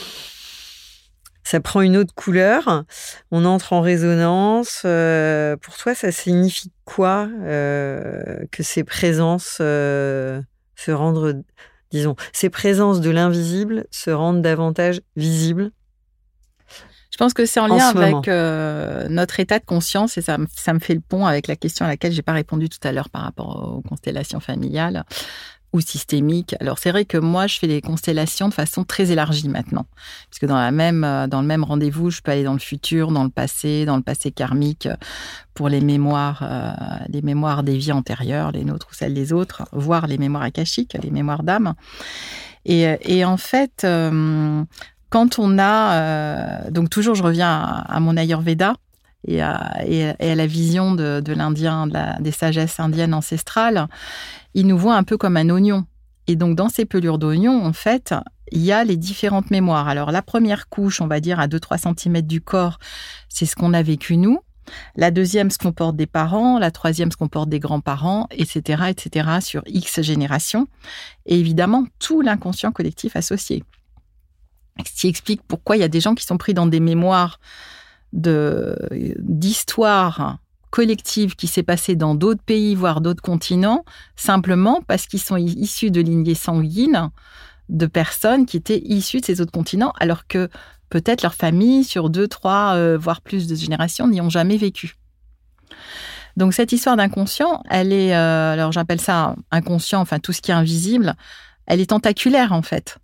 ça prend une autre couleur. On entre en résonance. Euh, pour toi, ça signifie quoi euh, que ces présences euh, se rendent... Disons, ces présences de l'invisible se rendent davantage visibles. Je pense que c'est en lien en avec euh, notre état de conscience et ça, ça me fait le pont avec la question à laquelle je n'ai pas répondu tout à l'heure par rapport aux constellations familiales ou systémiques. Alors, c'est vrai que moi, je fais des constellations de façon très élargie maintenant. Puisque dans, la même, dans le même rendez-vous, je peux aller dans le futur, dans le passé, dans le passé karmique pour les mémoires, euh, les mémoires des vies antérieures, les nôtres ou celles des autres, voire les mémoires akashiques, les mémoires d'âme. Et, et en fait... Euh, Quand on a... Euh, donc, toujours, je reviens à, à mon Ayurveda et à, et à, et à la vision de, de l'Indien, de la, des sagesses indiennes ancestrales. Ils nous voient un peu comme un oignon. Et donc, dans ces pelures d'oignon, en fait, il y a les différentes mémoires. Alors, la première couche, on va dire, à deux à trois centimètres du corps, c'est ce qu'on a vécu nous. La deuxième, ce qu'on porte des parents. La troisième, ce qu'on porte des grands-parents, et cetera, et cetera, sur X générations. Et évidemment, tout l'inconscient collectif associé. Ce qui explique pourquoi il y a des gens qui sont pris dans des mémoires de, d'histoire collective qui s'est passée dans d'autres pays, voire d'autres continents, simplement parce qu'ils sont issus de lignées sanguines de personnes qui étaient issues de ces autres continents, alors que peut-être leur famille, sur deux, trois, euh, voire plus de générations, n'y ont jamais vécu. Donc cette histoire d'inconscient, elle est, euh, alors j'appelle ça inconscient, enfin tout ce qui est invisible, elle est tentaculaire en fait.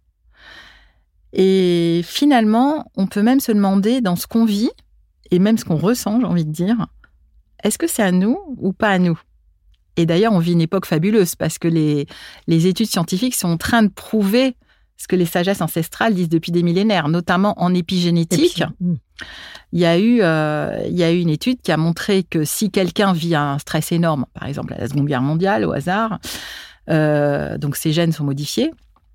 Et finalement, on peut même se demander dans ce qu'on vit, et même ce qu'on ressent, j'ai envie de dire, est-ce que c'est à nous ou pas à nous ? Et d'ailleurs, on vit une époque fabuleuse parce que les, les études scientifiques sont en train de prouver ce que les sagesses ancestrales disent depuis des millénaires, notamment en épigénétique. Puis, il y a eu, euh, il y a eu une étude qui a montré que si quelqu'un vit un stress énorme, par exemple à la Seconde Guerre mondiale, au hasard, euh, donc ses gènes sont modifiés,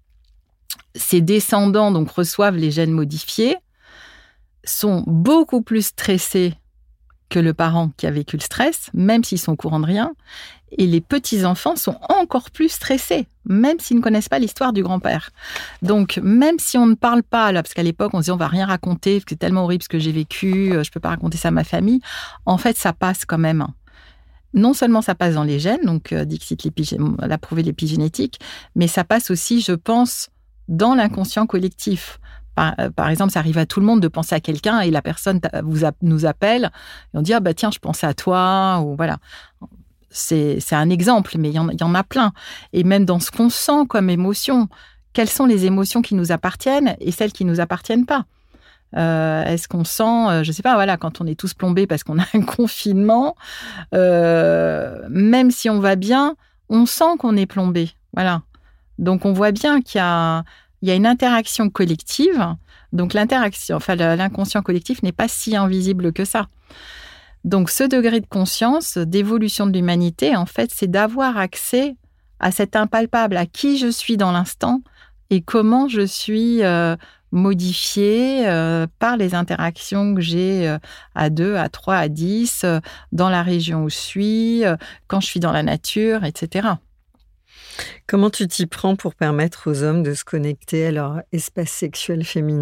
ses descendants donc reçoivent les gènes modifiés, sont beaucoup plus stressés que le parent qui a vécu le stress, même s'ils sont au courant de rien. Et les petits-enfants sont encore plus stressés, même s'ils ne connaissent pas l'histoire du grand-père. Donc, même si on ne parle pas, là, parce qu'à l'époque, on se dit on va rien raconter, parce que c'est tellement horrible ce que j'ai vécu, je ne peux pas raconter ça à ma famille. En fait, ça passe quand même. Non seulement ça passe dans les gènes, donc euh, Dixit l'a prouvé l'épigénétique, mais ça passe aussi, je pense, dans l'inconscient collectif. Par, par exemple, ça arrive à tout le monde de penser à quelqu'un et la personne vous a, nous appelle et on dit « Ah bah tiens, je pensais à toi » ou voilà. C'est, c'est un exemple, mais il y, en, il y en a plein. Et même dans ce qu'on sent comme émotion, quelles sont les émotions qui nous appartiennent et celles qui ne nous appartiennent pas ? Euh, est-ce qu'on sent, je ne sais pas, voilà, quand on est tous plombés parce qu'on a un confinement, euh, même si on va bien, on sent qu'on est plombé. Voilà. Donc on voit bien qu'il y a... Il y a une interaction collective, donc l'interaction, enfin l'inconscient collectif n'est pas si invisible que ça. Donc ce degré de conscience, d'évolution de l'humanité, en fait, c'est d'avoir accès à cet impalpable, à qui je suis dans l'instant et comment je suis euh, modifiée euh, par les interactions que j'ai euh, à deux, à trois, à dix, euh, dans la région où je suis, euh, quand je suis dans la nature, et cetera. Comment tu t'y prends pour permettre aux hommes de se connecter à leur espace sexuel féminin ?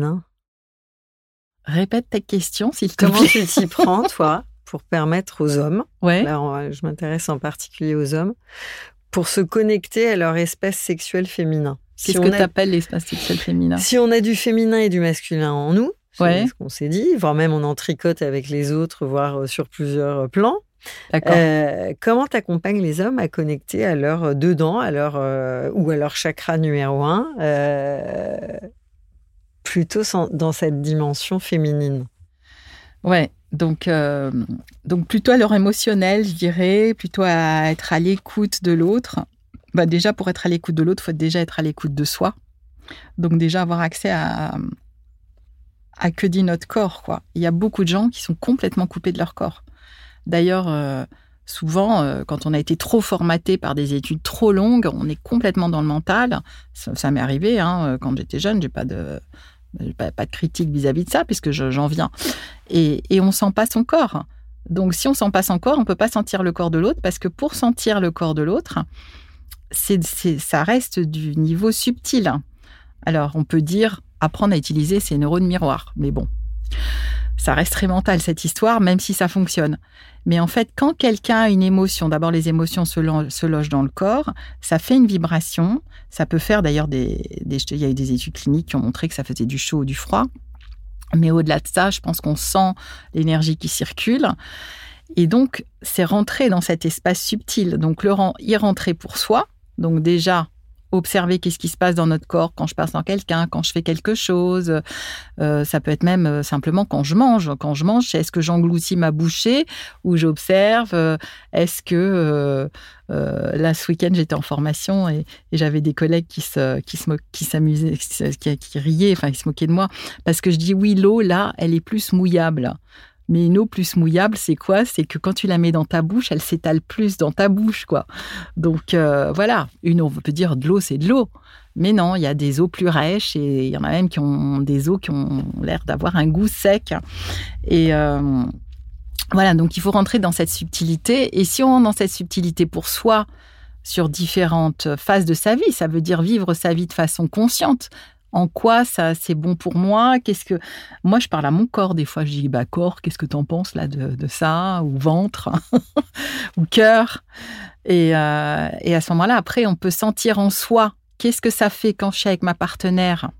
Répète ta question, s'il te plaît. Comment tu t'y prends, toi, pour permettre aux hommes, ouais. Là, je m'intéresse en particulier aux hommes, pour se connecter à leur espace sexuel féminin ? Qu'est-ce si que tu appelles l'espace sexuel féminin ? Si on a du féminin et du masculin en nous, c'est ouais. ce qu'on s'est dit, voire même on en tricote avec les autres, voire sur plusieurs plans. D'accord. Euh, comment tu accompagnes les hommes à connecter à leur dedans, à leur, euh, ou à leur chakra numéro un, euh, plutôt sans, dans cette dimension féminine ? Ouais, donc, euh, donc plutôt à leur émotionnel, je dirais, plutôt à être à l'écoute de l'autre. Bah déjà, pour être à l'écoute de l'autre, il faut déjà être à l'écoute de soi. Donc déjà, avoir accès à, à que dit notre corps, quoi. Il y a beaucoup de gens qui sont complètement coupés de leur corps. D'ailleurs, euh, souvent, euh, quand on a été trop formaté par des études trop longues, on est complètement dans le mental. Ça, ça m'est arrivé, hein, quand j'étais jeune, j'ai pas de, j'ai pas, pas de critique vis-à-vis de ça, puisque je, j'en viens. Et, et on sent pas son corps. Donc, si on sent pas son corps, on peut pas sentir le corps de l'autre, parce que pour sentir le corps de l'autre, c'est, c'est, ça reste du niveau subtil. Alors, on peut dire apprendre à utiliser ses neurones miroirs, mais bon. Ça reste très mental, cette histoire, même si ça fonctionne. Mais en fait, quand quelqu'un a une émotion, d'abord les émotions se, lo- se logent dans le corps, ça fait une vibration. Ça peut faire d'ailleurs des, des... Il y a eu des études cliniques qui ont montré que ça faisait du chaud ou du froid. Mais au-delà de ça, je pense qu'on sent l'énergie qui circule. Et donc, c'est rentrer dans cet espace subtil. Donc, le, y rentrer pour soi. Donc déjà, observer qu'est-ce qui se passe dans notre corps quand je passe dans quelqu'un, quand je fais quelque chose. Euh, ça peut être même euh, simplement quand je mange. Quand je mange, est-ce que j'engloutis ma bouchée ou j'observe euh, Est-ce que euh, euh, là, ce week-end, j'étais en formation et, et j'avais des collègues qui, se, qui, se mo- qui s'amusaient, qui, qui riaient, enfin, qui se moquaient de moi parce que je dis oui, l'eau, là, elle est plus mouillable. Mais une eau plus mouillable, c'est quoi ? C'est que quand tu la mets dans ta bouche, elle s'étale plus dans ta bouche, quoi. Donc, euh, voilà. Une eau, on peut dire de l'eau, c'est de l'eau. Mais non, il y a des eaux plus rêches et il y en a même qui ont des eaux qui ont l'air d'avoir un goût sec. Et, euh, Voilà, donc il faut rentrer dans cette subtilité. Et si on rentre dans cette subtilité pour soi, sur différentes phases de sa vie, ça veut dire vivre sa vie de façon consciente. En quoi ça c'est bon pour moi? Qu'est-ce que moi je parle à mon corps des fois, je dis bah corps, qu'est-ce que t'en penses là de, de ça, ou ventre ou cœur, et, euh, et à ce moment-là après on peut sentir en soi qu'est-ce que ça fait quand je suis avec ma partenaire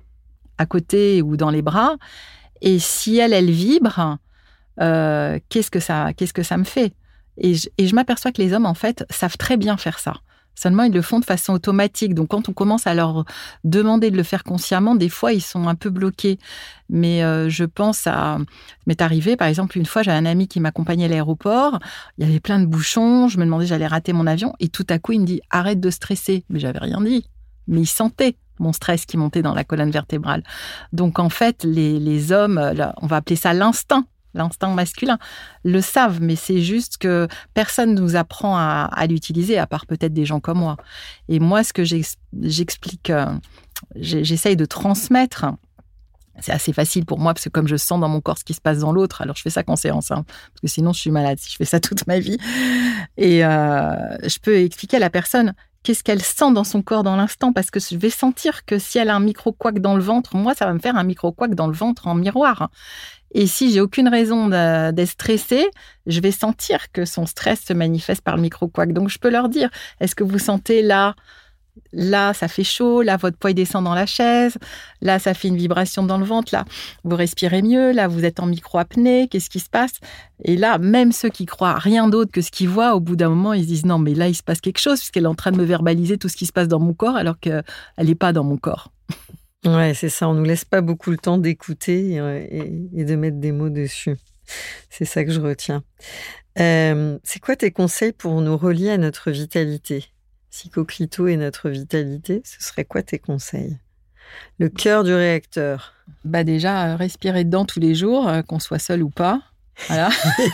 à côté ou dans les bras, et si elle elle vibre, euh, qu'est-ce que ça qu'est-ce que ça me fait, et je, et je m'aperçois que les hommes en fait savent très bien faire ça. Seulement, ils le font de façon automatique. Donc, quand on commence à leur demander de le faire consciemment, des fois, ils sont un peu bloqués. Mais euh, je pense à... m'est arrivé, par exemple, une fois, j'avais un ami qui m'accompagnait à l'aéroport. Il y avait plein de bouchons. Je me demandais, j'allais rater mon avion. Et tout à coup, il me dit « Arrête de stresser ». Mais j'avais rien dit. Mais il sentait mon stress qui montait dans la colonne vertébrale. Donc, en fait, les, les hommes, là, on va appeler ça l'instinct. L'instinct masculin, le savent, mais c'est juste que personne ne nous apprend à, à l'utiliser, à part peut-être des gens comme moi. Et moi, ce que j'explique, euh, j'essaye de transmettre, c'est assez facile pour moi, parce que comme je sens dans mon corps ce qui se passe dans l'autre, alors je fais ça qu'en séance, hein, parce que sinon je suis malade si je fais ça toute ma vie. Et euh, je peux expliquer à la personne qu'est-ce qu'elle sent dans son corps dans l'instant, parce que je vais sentir que si elle a un micro-couac dans le ventre, moi, ça va me faire un micro-couac dans le ventre en miroir. Et si j'ai aucune raison d'être stressée, je vais sentir que son stress se manifeste par le micro-couac. Donc, je peux leur dire, est-ce que vous sentez là, là, ça fait chaud, là, votre poids descend dans la chaise, là, ça fait une vibration dans le ventre, là, vous respirez mieux, là, vous êtes en micro-apnée, qu'est-ce qui se passe? Et là, même ceux qui croient rien d'autre que ce qu'ils voient, au bout d'un moment, ils se disent, non, mais là, il se passe quelque chose, puisqu'elle est en train de me verbaliser tout ce qui se passe dans mon corps, alors qu'elle n'est pas dans mon corps. Ouais, c'est ça. On nous laisse pas beaucoup le temps d'écouter et, et, et de mettre des mots dessus. C'est ça que je retiens. Euh, c'est quoi tes conseils pour nous relier à notre vitalité? Si Coquelicot est notre vitalité, ce serait quoi tes conseils? Le cœur du réacteur. Bah déjà, respirer dedans tous les jours, euh, qu'on soit seul ou pas. Voilà.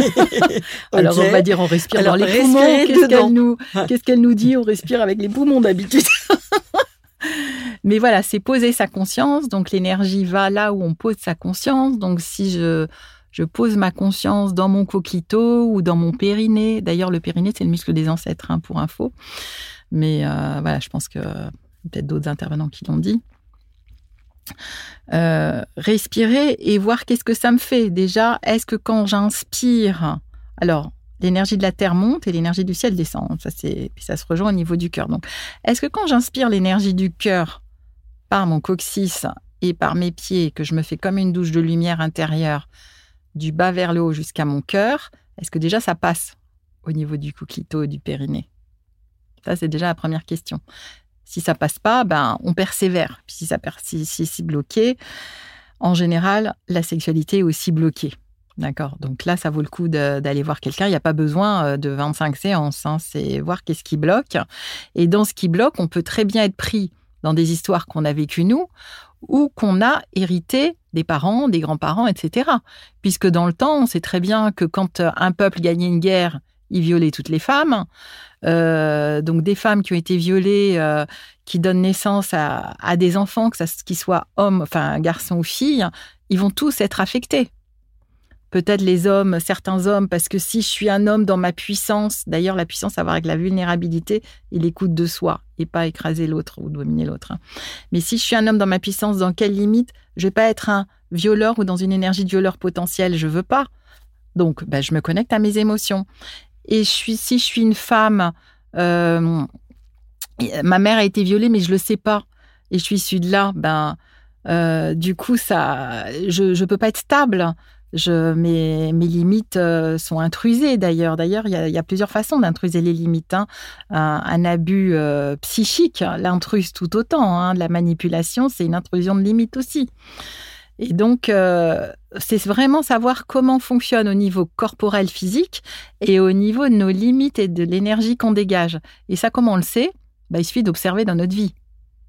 Alors okay. On va dire on respire Alors, dans les poumons. Qu'est-ce qu'elle nous, qu'est-ce qu'elle nous dit? On respire avec les poumons d'habitude. Mais voilà, c'est poser sa conscience. Donc, l'énergie va là où on pose sa conscience. Donc, si je, je pose ma conscience dans mon coquelicot ou dans mon périnée. D'ailleurs, le périnée, c'est le muscle des ancêtres, hein, pour info. Mais euh, voilà, je pense que peut-être d'autres intervenants qui l'ont dit. Euh, respirer et voir qu'est-ce que ça me fait. Déjà, est-ce que quand j'inspire... Alors, l'énergie de la terre monte et l'énergie du ciel descend. Ça, c'est, puis ça se rejoint au niveau du cœur. Donc, est-ce que quand j'inspire l'énergie du cœur par mon coccyx et par mes pieds, que je me fais comme une douche de lumière intérieure du bas vers le haut jusqu'à mon cœur, est-ce que déjà ça passe au niveau du coquelicot et du périnée? Ça, c'est déjà la première question. Si ça passe pas, ben, on persévère. Puis si ça persiste, si c'est bloqué, en général, la sexualité est aussi bloquée. D'accord. Donc là, ça vaut le coup de, d'aller voir quelqu'un. Il n'y a pas besoin de vingt-cinq séances. Hein. C'est voir qu'est-ce qui bloque. Et dans ce qui bloque, on peut très bien être pris dans des histoires qu'on a vécues nous ou qu'on a hérité des parents, des grands-parents, et cetera. Puisque dans le temps, on sait très bien que quand un peuple gagnait une guerre, il violait toutes les femmes. Euh, donc des femmes qui ont été violées, euh, qui donnent naissance à, à des enfants, que ça, qu'ils soient hommes, enfin garçons ou filles, ils vont tous être affectés. Peut-être les hommes, certains hommes, parce que si je suis un homme dans ma puissance, d'ailleurs la puissance a à voir avec la vulnérabilité et l'écoute de soi, et pas écraser l'autre ou dominer l'autre. Hein. Mais si je suis un homme dans ma puissance, dans quelle limite? Je vais pas être un violeur ou dans une énergie de violeur potentiel, je veux pas. Donc, ben, je me connecte à mes émotions. Et je suis, si je suis une femme, euh, ma mère a été violée, mais je le sais pas, et je suis issue de là, ben, euh, du coup, ça, je, je peux pas être stable. Je, mes, mes limites euh, sont intrusées d'ailleurs. D'ailleurs, il y a, y a plusieurs façons d'intruser les limites. Hein. Un, un abus euh, psychique l'intruse tout autant. Hein. La manipulation, c'est une intrusion de limites aussi. Et donc, euh, c'est vraiment savoir comment fonctionne au niveau corporel physique et au niveau de nos limites et de l'énergie qu'on dégage. Et ça, comment on le sait? Ben, il suffit d'observer dans notre vie.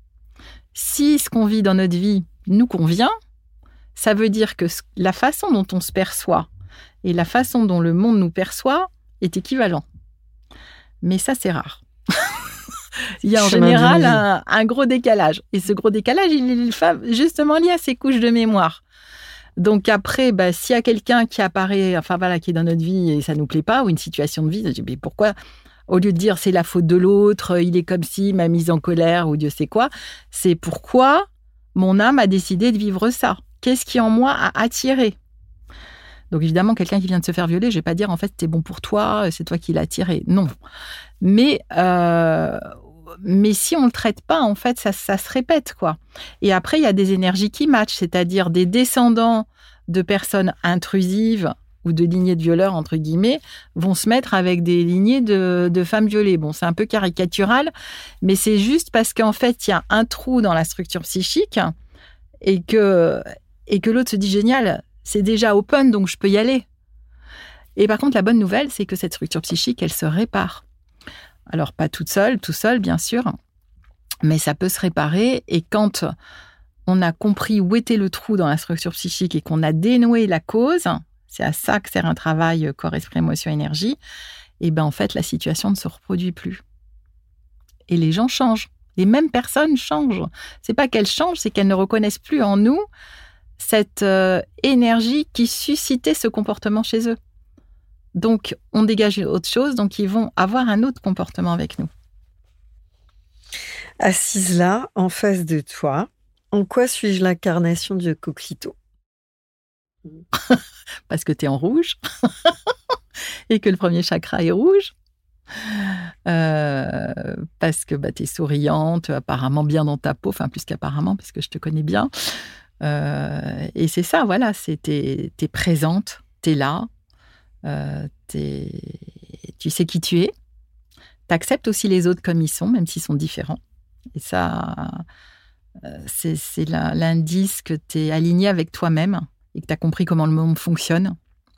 Si ce qu'on vit dans notre vie nous convient, ça veut dire que la façon dont on se perçoit et la façon dont le monde nous perçoit est équivalent. Mais ça, c'est rare. Il y a en Chemin général un, un gros décalage. Et ce gros décalage, il est justement lié à ces couches de mémoire. Donc après, bah, s'il y a quelqu'un qui apparaît, enfin voilà, qui est dans notre vie et ça nous plaît pas, ou une situation de vie, je dis, mais pourquoi, au lieu de dire c'est la faute de l'autre, il est comme si, m'a mise en colère ou Dieu sait quoi, c'est pourquoi mon âme a décidé de vivre ça. Qu'est-ce qui en moi a attiré? Donc évidemment, quelqu'un qui vient de se faire violer, je vais pas dire en fait c'est bon pour toi, c'est toi qui l'as attiré. Non. Mais euh, mais si on le traite pas, en fait, ça, ça se répète, quoi. Et après, il y a des énergies qui matchent, c'est-à-dire des descendants de personnes intrusives ou de lignées de violeurs, entre guillemets, vont se mettre avec des lignées de, de femmes violées. Bon, c'est un peu caricatural, mais c'est juste parce qu'en fait, il y a un trou dans la structure psychique et que, et que l'autre se dit, génial, c'est déjà open, donc je peux y aller. Et par contre, la bonne nouvelle, c'est que cette structure psychique, elle se répare. Alors, pas toute seule, tout seul, bien sûr, mais ça peut se réparer. Et quand on a compris où était le trou dans la structure psychique et qu'on a dénoué la cause, c'est à ça que sert un travail corps, esprit, émotion, énergie, et ben en fait, la situation ne se reproduit plus. Et les gens changent. Les mêmes personnes changent. C'est pas qu'elles changent, c'est qu'elles ne reconnaissent plus en nous cette euh, énergie qui suscitait ce comportement chez eux. Donc, on dégage autre chose, donc ils vont avoir un autre comportement avec nous. Assise là, en face de toi, en quoi suis-je l'incarnation du coquelicot? Parce que tu es en rouge et que le premier chakra est rouge. Euh, parce que bah, tu es souriante, apparemment bien dans ta peau, enfin plus qu'apparemment, parce que je te connais bien. Euh, et c'est ça, voilà, c'est t'es, t'es présente, tu es là. Euh, tu sais qui tu es, tu acceptes aussi les autres comme ils sont, même s'ils sont différents. Et ça, euh, c'est, c'est la, l'indice que tu es aligné avec toi-même et que tu as compris comment le monde fonctionne.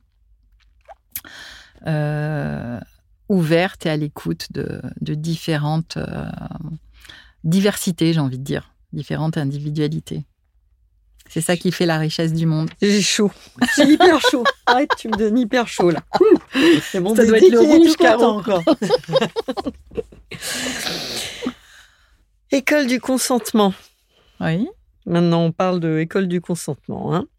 Euh, ouverte et à l'écoute de, de différentes euh, diversités, j'ai envie de dire, différentes individualités. C'est ça qui fait la richesse du monde. J'ai chaud. J'ai hyper chaud. Arrête, tu me donnes hyper chaud, là. C'est mon ça doit être le rouge, Caro. Encore. École du consentement. Oui. Maintenant, on parle de école du consentement. Hein.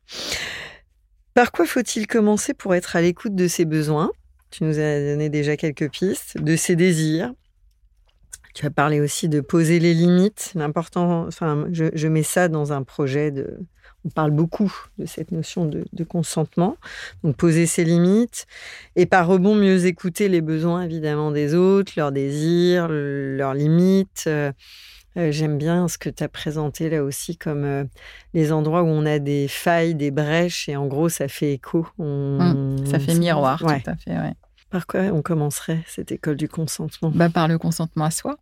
Par quoi faut-il commencer pour être à l'écoute de ses besoins? Tu nous as donné déjà quelques pistes. De ses désirs. Tu as parlé aussi de poser les limites. L'important, enfin, je, je mets ça dans un projet de... On parle beaucoup de cette notion de, de consentement. Donc, poser ses limites. Et par rebond, mieux écouter les besoins, évidemment, des autres, leurs désirs, leurs limites. Euh, j'aime bien ce que tu as présenté là aussi comme euh, les endroits où on a des failles, des brèches. Et en gros, ça fait écho. On... Mmh, ça fait miroir, ouais. Tout à fait, ouais. Par quoi on commencerait cette école du consentement? Bah, par le consentement à soi.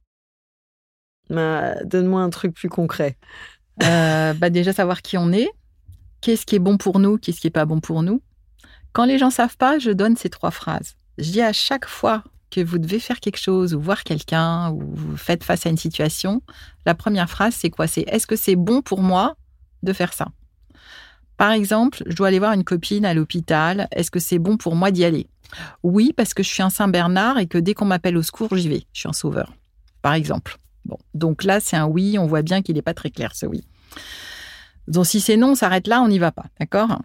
Bah, donne-moi un truc plus concret. Euh, bah déjà savoir qui on est, qu'est-ce qui est bon pour nous, qu'est-ce qui n'est pas bon pour nous. Quand les gens ne savent pas, je donne ces trois phrases. Je dis à chaque fois que vous devez faire quelque chose ou voir quelqu'un ou vous faites face à une situation, la première phrase, c'est quoi? C'est « Est-ce que c'est bon pour moi de faire ça ?» Par exemple, je dois aller voir une copine à l'hôpital. Est-ce que c'est bon pour moi d'y aller? Oui, parce que je suis un Saint-Bernard et que dès qu'on m'appelle au secours, j'y vais. Je suis un sauveur, par exemple. Bon, donc là, c'est un oui. On voit bien qu'il n'est pas très clair, ce oui. Donc, si c'est non, on s'arrête là, on n'y va pas. D'accord?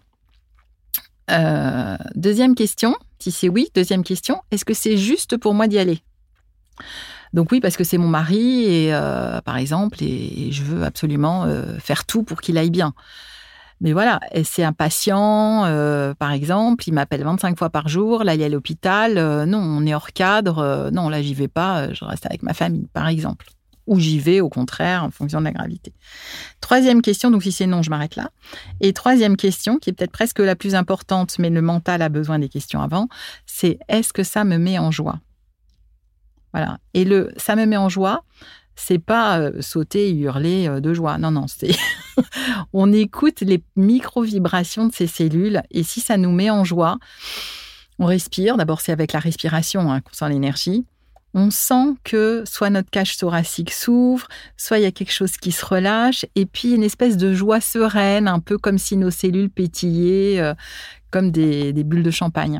euh, Deuxième question. Si c'est oui, deuxième question. Est-ce que c'est juste pour moi d'y aller? Donc oui, parce que c'est mon mari, et, euh, par exemple, et, et je veux absolument euh, faire tout pour qu'il aille bien. Mais voilà, et c'est un patient, euh, par exemple, il m'appelle vingt-cinq fois par jour, là, il est à l'hôpital. Euh, non, on est hors cadre. Euh, non, là, j'y vais pas. Euh, je reste avec ma famille, par exemple. Ou j'y vais, au contraire, en fonction de la gravité. Troisième question, donc si c'est non, je m'arrête là. Et troisième question, qui est peut-être presque la plus importante, mais le mental a besoin des questions avant, c'est est-ce que ça me met en joie? Voilà. Et le « ça me met en joie », c'est pas euh, sauter et hurler euh, de joie. Non, non, c'est... on écoute les micro-vibrations de ces cellules, et si ça nous met en joie, on respire. D'abord, c'est avec la respiration hein, qu'on sent l'énergie. On sent que soit notre cage thoracique s'ouvre, soit il y a quelque chose qui se relâche, et puis une espèce de joie sereine, un peu comme si nos cellules pétillaient, euh, comme des, des bulles de champagne.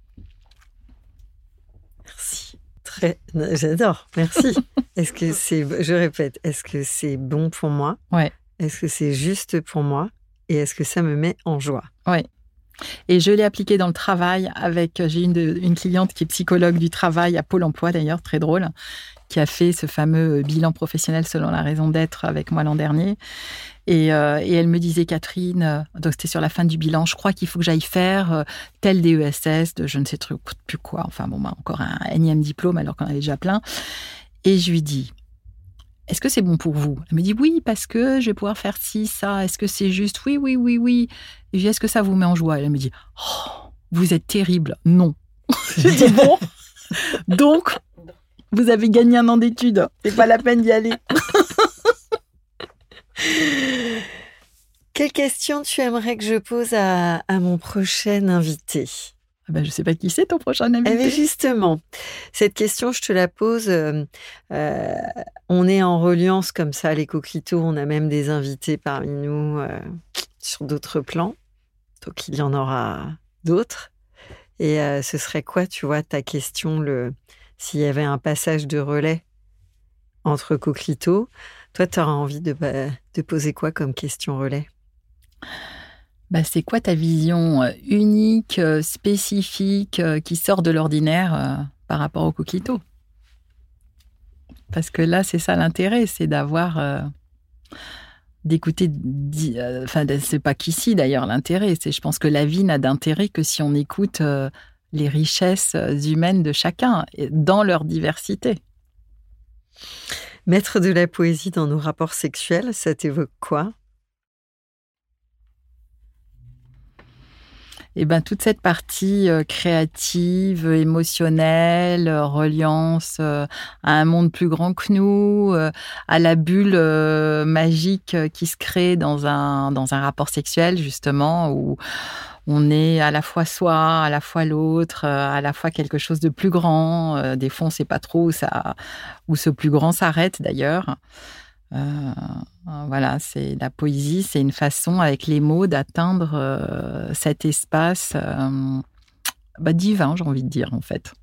Merci. Très... J'adore, merci. Est-ce que c'est... Je répète, est-ce que c'est bon pour moi? Ouais. Est-ce que c'est juste pour moi? et est-ce que ça me met en joie ? Oui. Et je l'ai appliqué dans le travail avec, j'ai une, de, une cliente qui est psychologue du travail à Pôle emploi d'ailleurs, très drôle, qui a fait ce fameux bilan professionnel selon la raison d'être avec moi l'an dernier. Et, euh, et elle me disait, Catherine, euh, donc c'était sur la fin du bilan, je crois qu'il faut que j'aille faire euh, tel D E S S de je ne sais plus quoi, enfin bon, bah, encore un énième diplôme alors qu'on avait déjà plein. Et je lui dis, est-ce que c'est bon pour vous ? Elle me dit, oui, parce que je vais pouvoir faire ci, ça. Est-ce que c'est juste ? Oui, oui, oui, oui. Et je dis, est-ce que ça vous met en joie ? Elle me dit, oh, vous êtes terrible. Non. Je dis, bon, donc, vous avez gagné un an d'études. C'est pas la peine d'y aller. Quelle question tu aimerais que je pose à, à mon prochain invité ? Ah ben, je ne sais pas qui c'est ton prochain invité. Eh bien justement, cette question, je te la pose. Euh, euh, on est en reliance comme ça, les coquelicots. On a même des invités parmi nous euh, sur d'autres plans. Donc, il y en aura d'autres. Et euh, ce serait quoi, tu vois, ta question, le, s'il y avait un passage de relais entre coquelicots, toi, tu auras envie de, bah, de poser quoi comme question relais ? Bah, c'est quoi ta vision unique, spécifique, qui sort de l'ordinaire euh, par rapport au coquelito ? Parce que là, c'est ça l'intérêt, c'est d'avoir... Euh, d'écouter... Enfin, euh, c'est pas qu'ici, d'ailleurs, l'intérêt. C'est, je pense que la vie n'a d'intérêt que si on écoute euh, les richesses humaines de chacun, dans leur diversité. Mettre de la poésie dans nos rapports sexuels, ça t'évoque quoi ? Eh ben, toute cette partie euh, créative, émotionnelle, euh, reliance euh, à un monde plus grand que nous, euh, à la bulle euh, magique qui se crée dans un, dans un rapport sexuel, justement, où on est à la fois soi, à la fois l'autre, euh, à la fois quelque chose de plus grand. Euh, des fois, on ne sait pas trop où, ça, où ce plus grand s'arrête, d'ailleurs. Euh, voilà, c'est la poésie, c'est une façon avec les mots d'atteindre euh, cet espace euh, bah, divin, j'ai envie de dire en fait.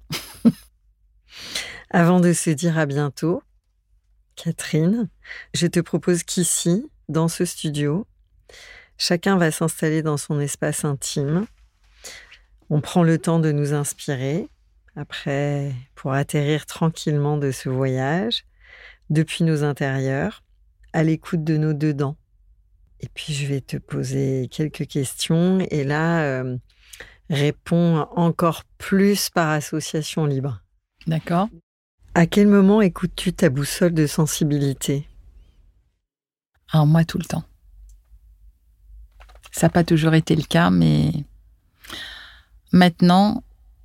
Avant de se dire à bientôt, Catherine, je te propose qu'ici, dans ce studio, chacun va s'installer dans son espace intime. On prend le temps de nous inspirer, après, pour atterrir tranquillement de ce voyage, depuis nos intérieurs, à l'écoute de nos dedans. Et puis, je vais te poser quelques questions et là, euh, réponds encore plus par association libre. D'accord. À quel moment écoutes-tu ta boussole de sensibilité ? Alors moi, tout le temps. Ça n'a pas toujours été le cas, mais maintenant,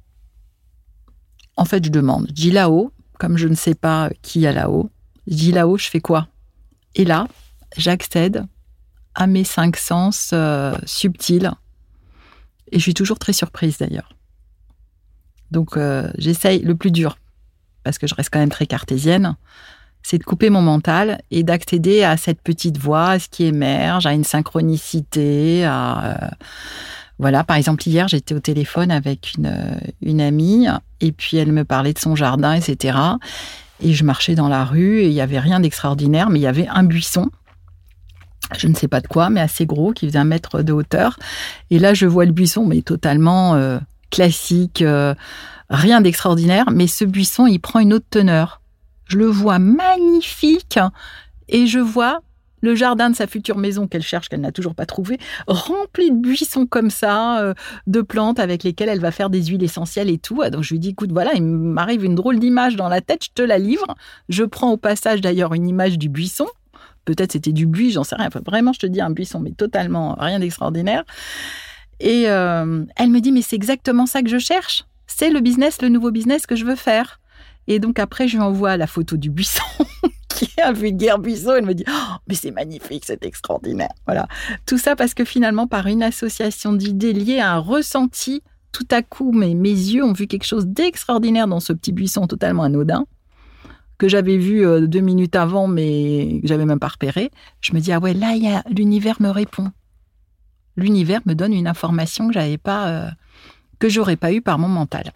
en fait, je demande. Je dis là-haut, comme je ne sais pas qui y a là-haut, je dis là-haut, je fais quoi ? Et là, j'accède à mes cinq sens euh, subtils. Et je suis toujours très surprise d'ailleurs. Donc euh, j'essaye le plus dur, parce que je reste quand même très cartésienne, c'est de couper mon mental et d'accéder à cette petite voix, à ce qui émerge, à une synchronicité. À, euh, voilà, par exemple, hier, j'étais au téléphone avec une, une amie et puis elle me parlait de son jardin, et cetera. Et je marchais dans la rue et il n'y avait rien d'extraordinaire, mais il y avait un buisson, je ne sais pas de quoi, mais assez gros, qui faisait un mètre de hauteur. Et là, je vois le buisson, mais totalement euh, classique, euh, rien d'extraordinaire. Mais ce buisson, il prend une autre teneur. Je le vois magnifique et je vois le jardin de sa future maison qu'elle cherche, qu'elle n'a toujours pas trouvé, rempli de buissons comme ça, euh, de plantes avec lesquelles elle va faire des huiles essentielles et tout. Donc je lui dis, écoute, voilà, il m'arrive une drôle d'image dans la tête, je te la livre. Je prends au passage d'ailleurs une image du buisson. Peut-être c'était du buis, j'en sais rien. Enfin, vraiment, je te dis un buisson, mais totalement rien d'extraordinaire. Et euh, elle me dit, mais c'est exactement ça que je cherche. C'est le business, le nouveau business que je veux faire. Et donc après, je lui envoie la photo du buisson, qui est un vulgaire buisson. Elle me dit, oh, mais c'est magnifique, c'est extraordinaire. Voilà. Tout ça parce que finalement, par une association d'idées liées à un ressenti, tout à coup, mes, mes yeux ont vu quelque chose d'extraordinaire dans ce petit buisson totalement anodin, que j'avais vu euh, deux minutes avant, mais que j'avais même pas repéré. Je me dis, ah ouais, là, y a, l'univers me répond. L'univers me donne une information que j'avais pas, euh, que j'aurais pas eue par mon mental.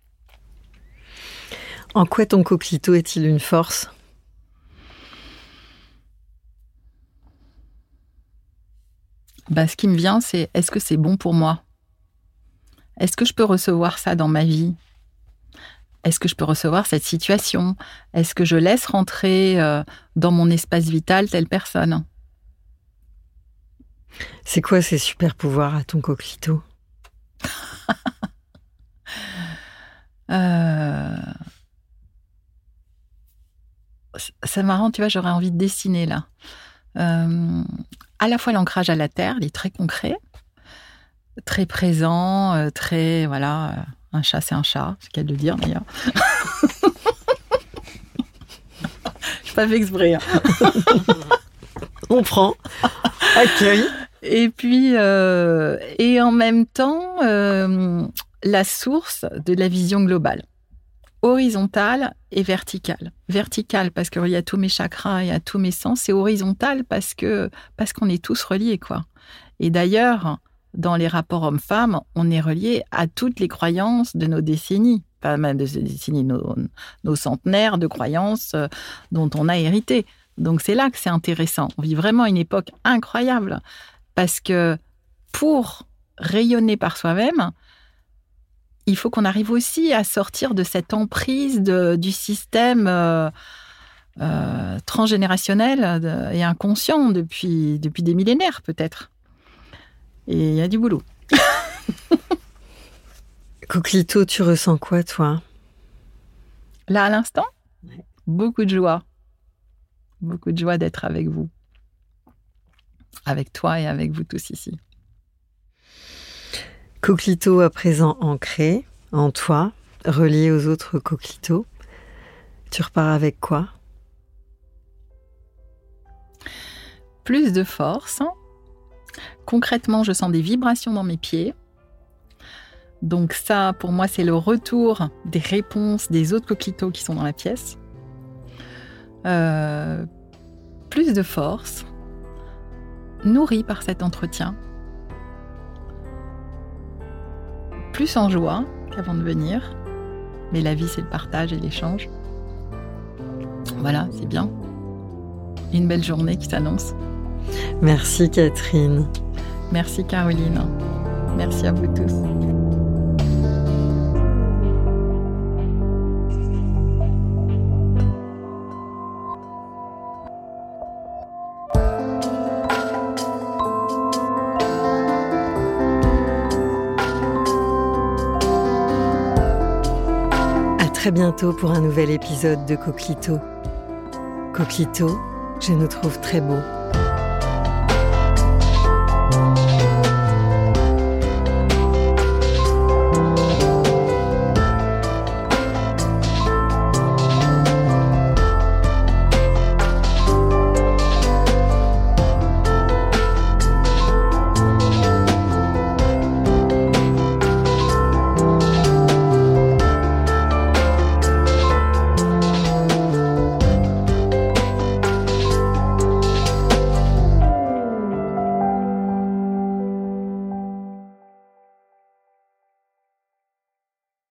En quoi ton coquelito est-il une force ? bah, ce qui me vient, c'est est-ce que c'est bon pour moi ? Est-ce que je peux recevoir ça dans ma vie ? Est-ce que je peux recevoir cette situation ? Est-ce que je laisse rentrer euh, dans mon espace vital telle personne ? C'est quoi ces super pouvoirs à ton coquelito ? euh... C'est marrant, tu vois, j'aurais envie de dessiner là. Euh, à la fois l'ancrage à la terre, il est très concret, très présent, euh, très, voilà, euh, un chat c'est un chat, c'est qu'à le dire d'ailleurs. Je n'ai pas fait exprès. Hein. On prend, accueille. Et puis, euh, et en même temps, euh, la source de la vision globale. Horizontale et verticale. Verticale parce qu'il y a tous mes chakras et à tous mes sens, et horizontale parce que parce qu'on est tous reliés, quoi. Et d'ailleurs, dans les rapports hommes-femmes, on est reliés à toutes les croyances de nos décennies, pas même de ces décennies, nos, nos centenaires de croyances dont on a hérité. Donc c'est là que c'est intéressant. On vit vraiment une époque incroyable parce que pour rayonner par soi-même, il faut qu'on arrive aussi à sortir de cette emprise de, du système euh, euh, transgénérationnel de, et inconscient depuis, depuis des millénaires, peut-être. Et il y a du boulot. Coquelito, tu ressens quoi, toi ? Là, à l'instant, ouais. Beaucoup de joie. Beaucoup de joie d'être avec vous. Avec toi et avec vous tous ici. Coquelito à présent ancré en toi, relié aux autres coquelitos. Tu repars avec quoi ? Plus de force. Concrètement, je sens des vibrations dans mes pieds. Donc ça, pour moi, c'est le retour des réponses des autres coquelitos qui sont dans la pièce. Euh, plus de force, nourri par cet entretien. Plus en joie qu'avant de venir. Mais la vie, c'est le partage et l'échange. Voilà, c'est bien. Une belle journée qui s'annonce. Merci Catherine. Merci Caroline. Merci à vous tous. À très bientôt pour un nouvel épisode de Coquelito. Coquelito, je nous trouve très beaux.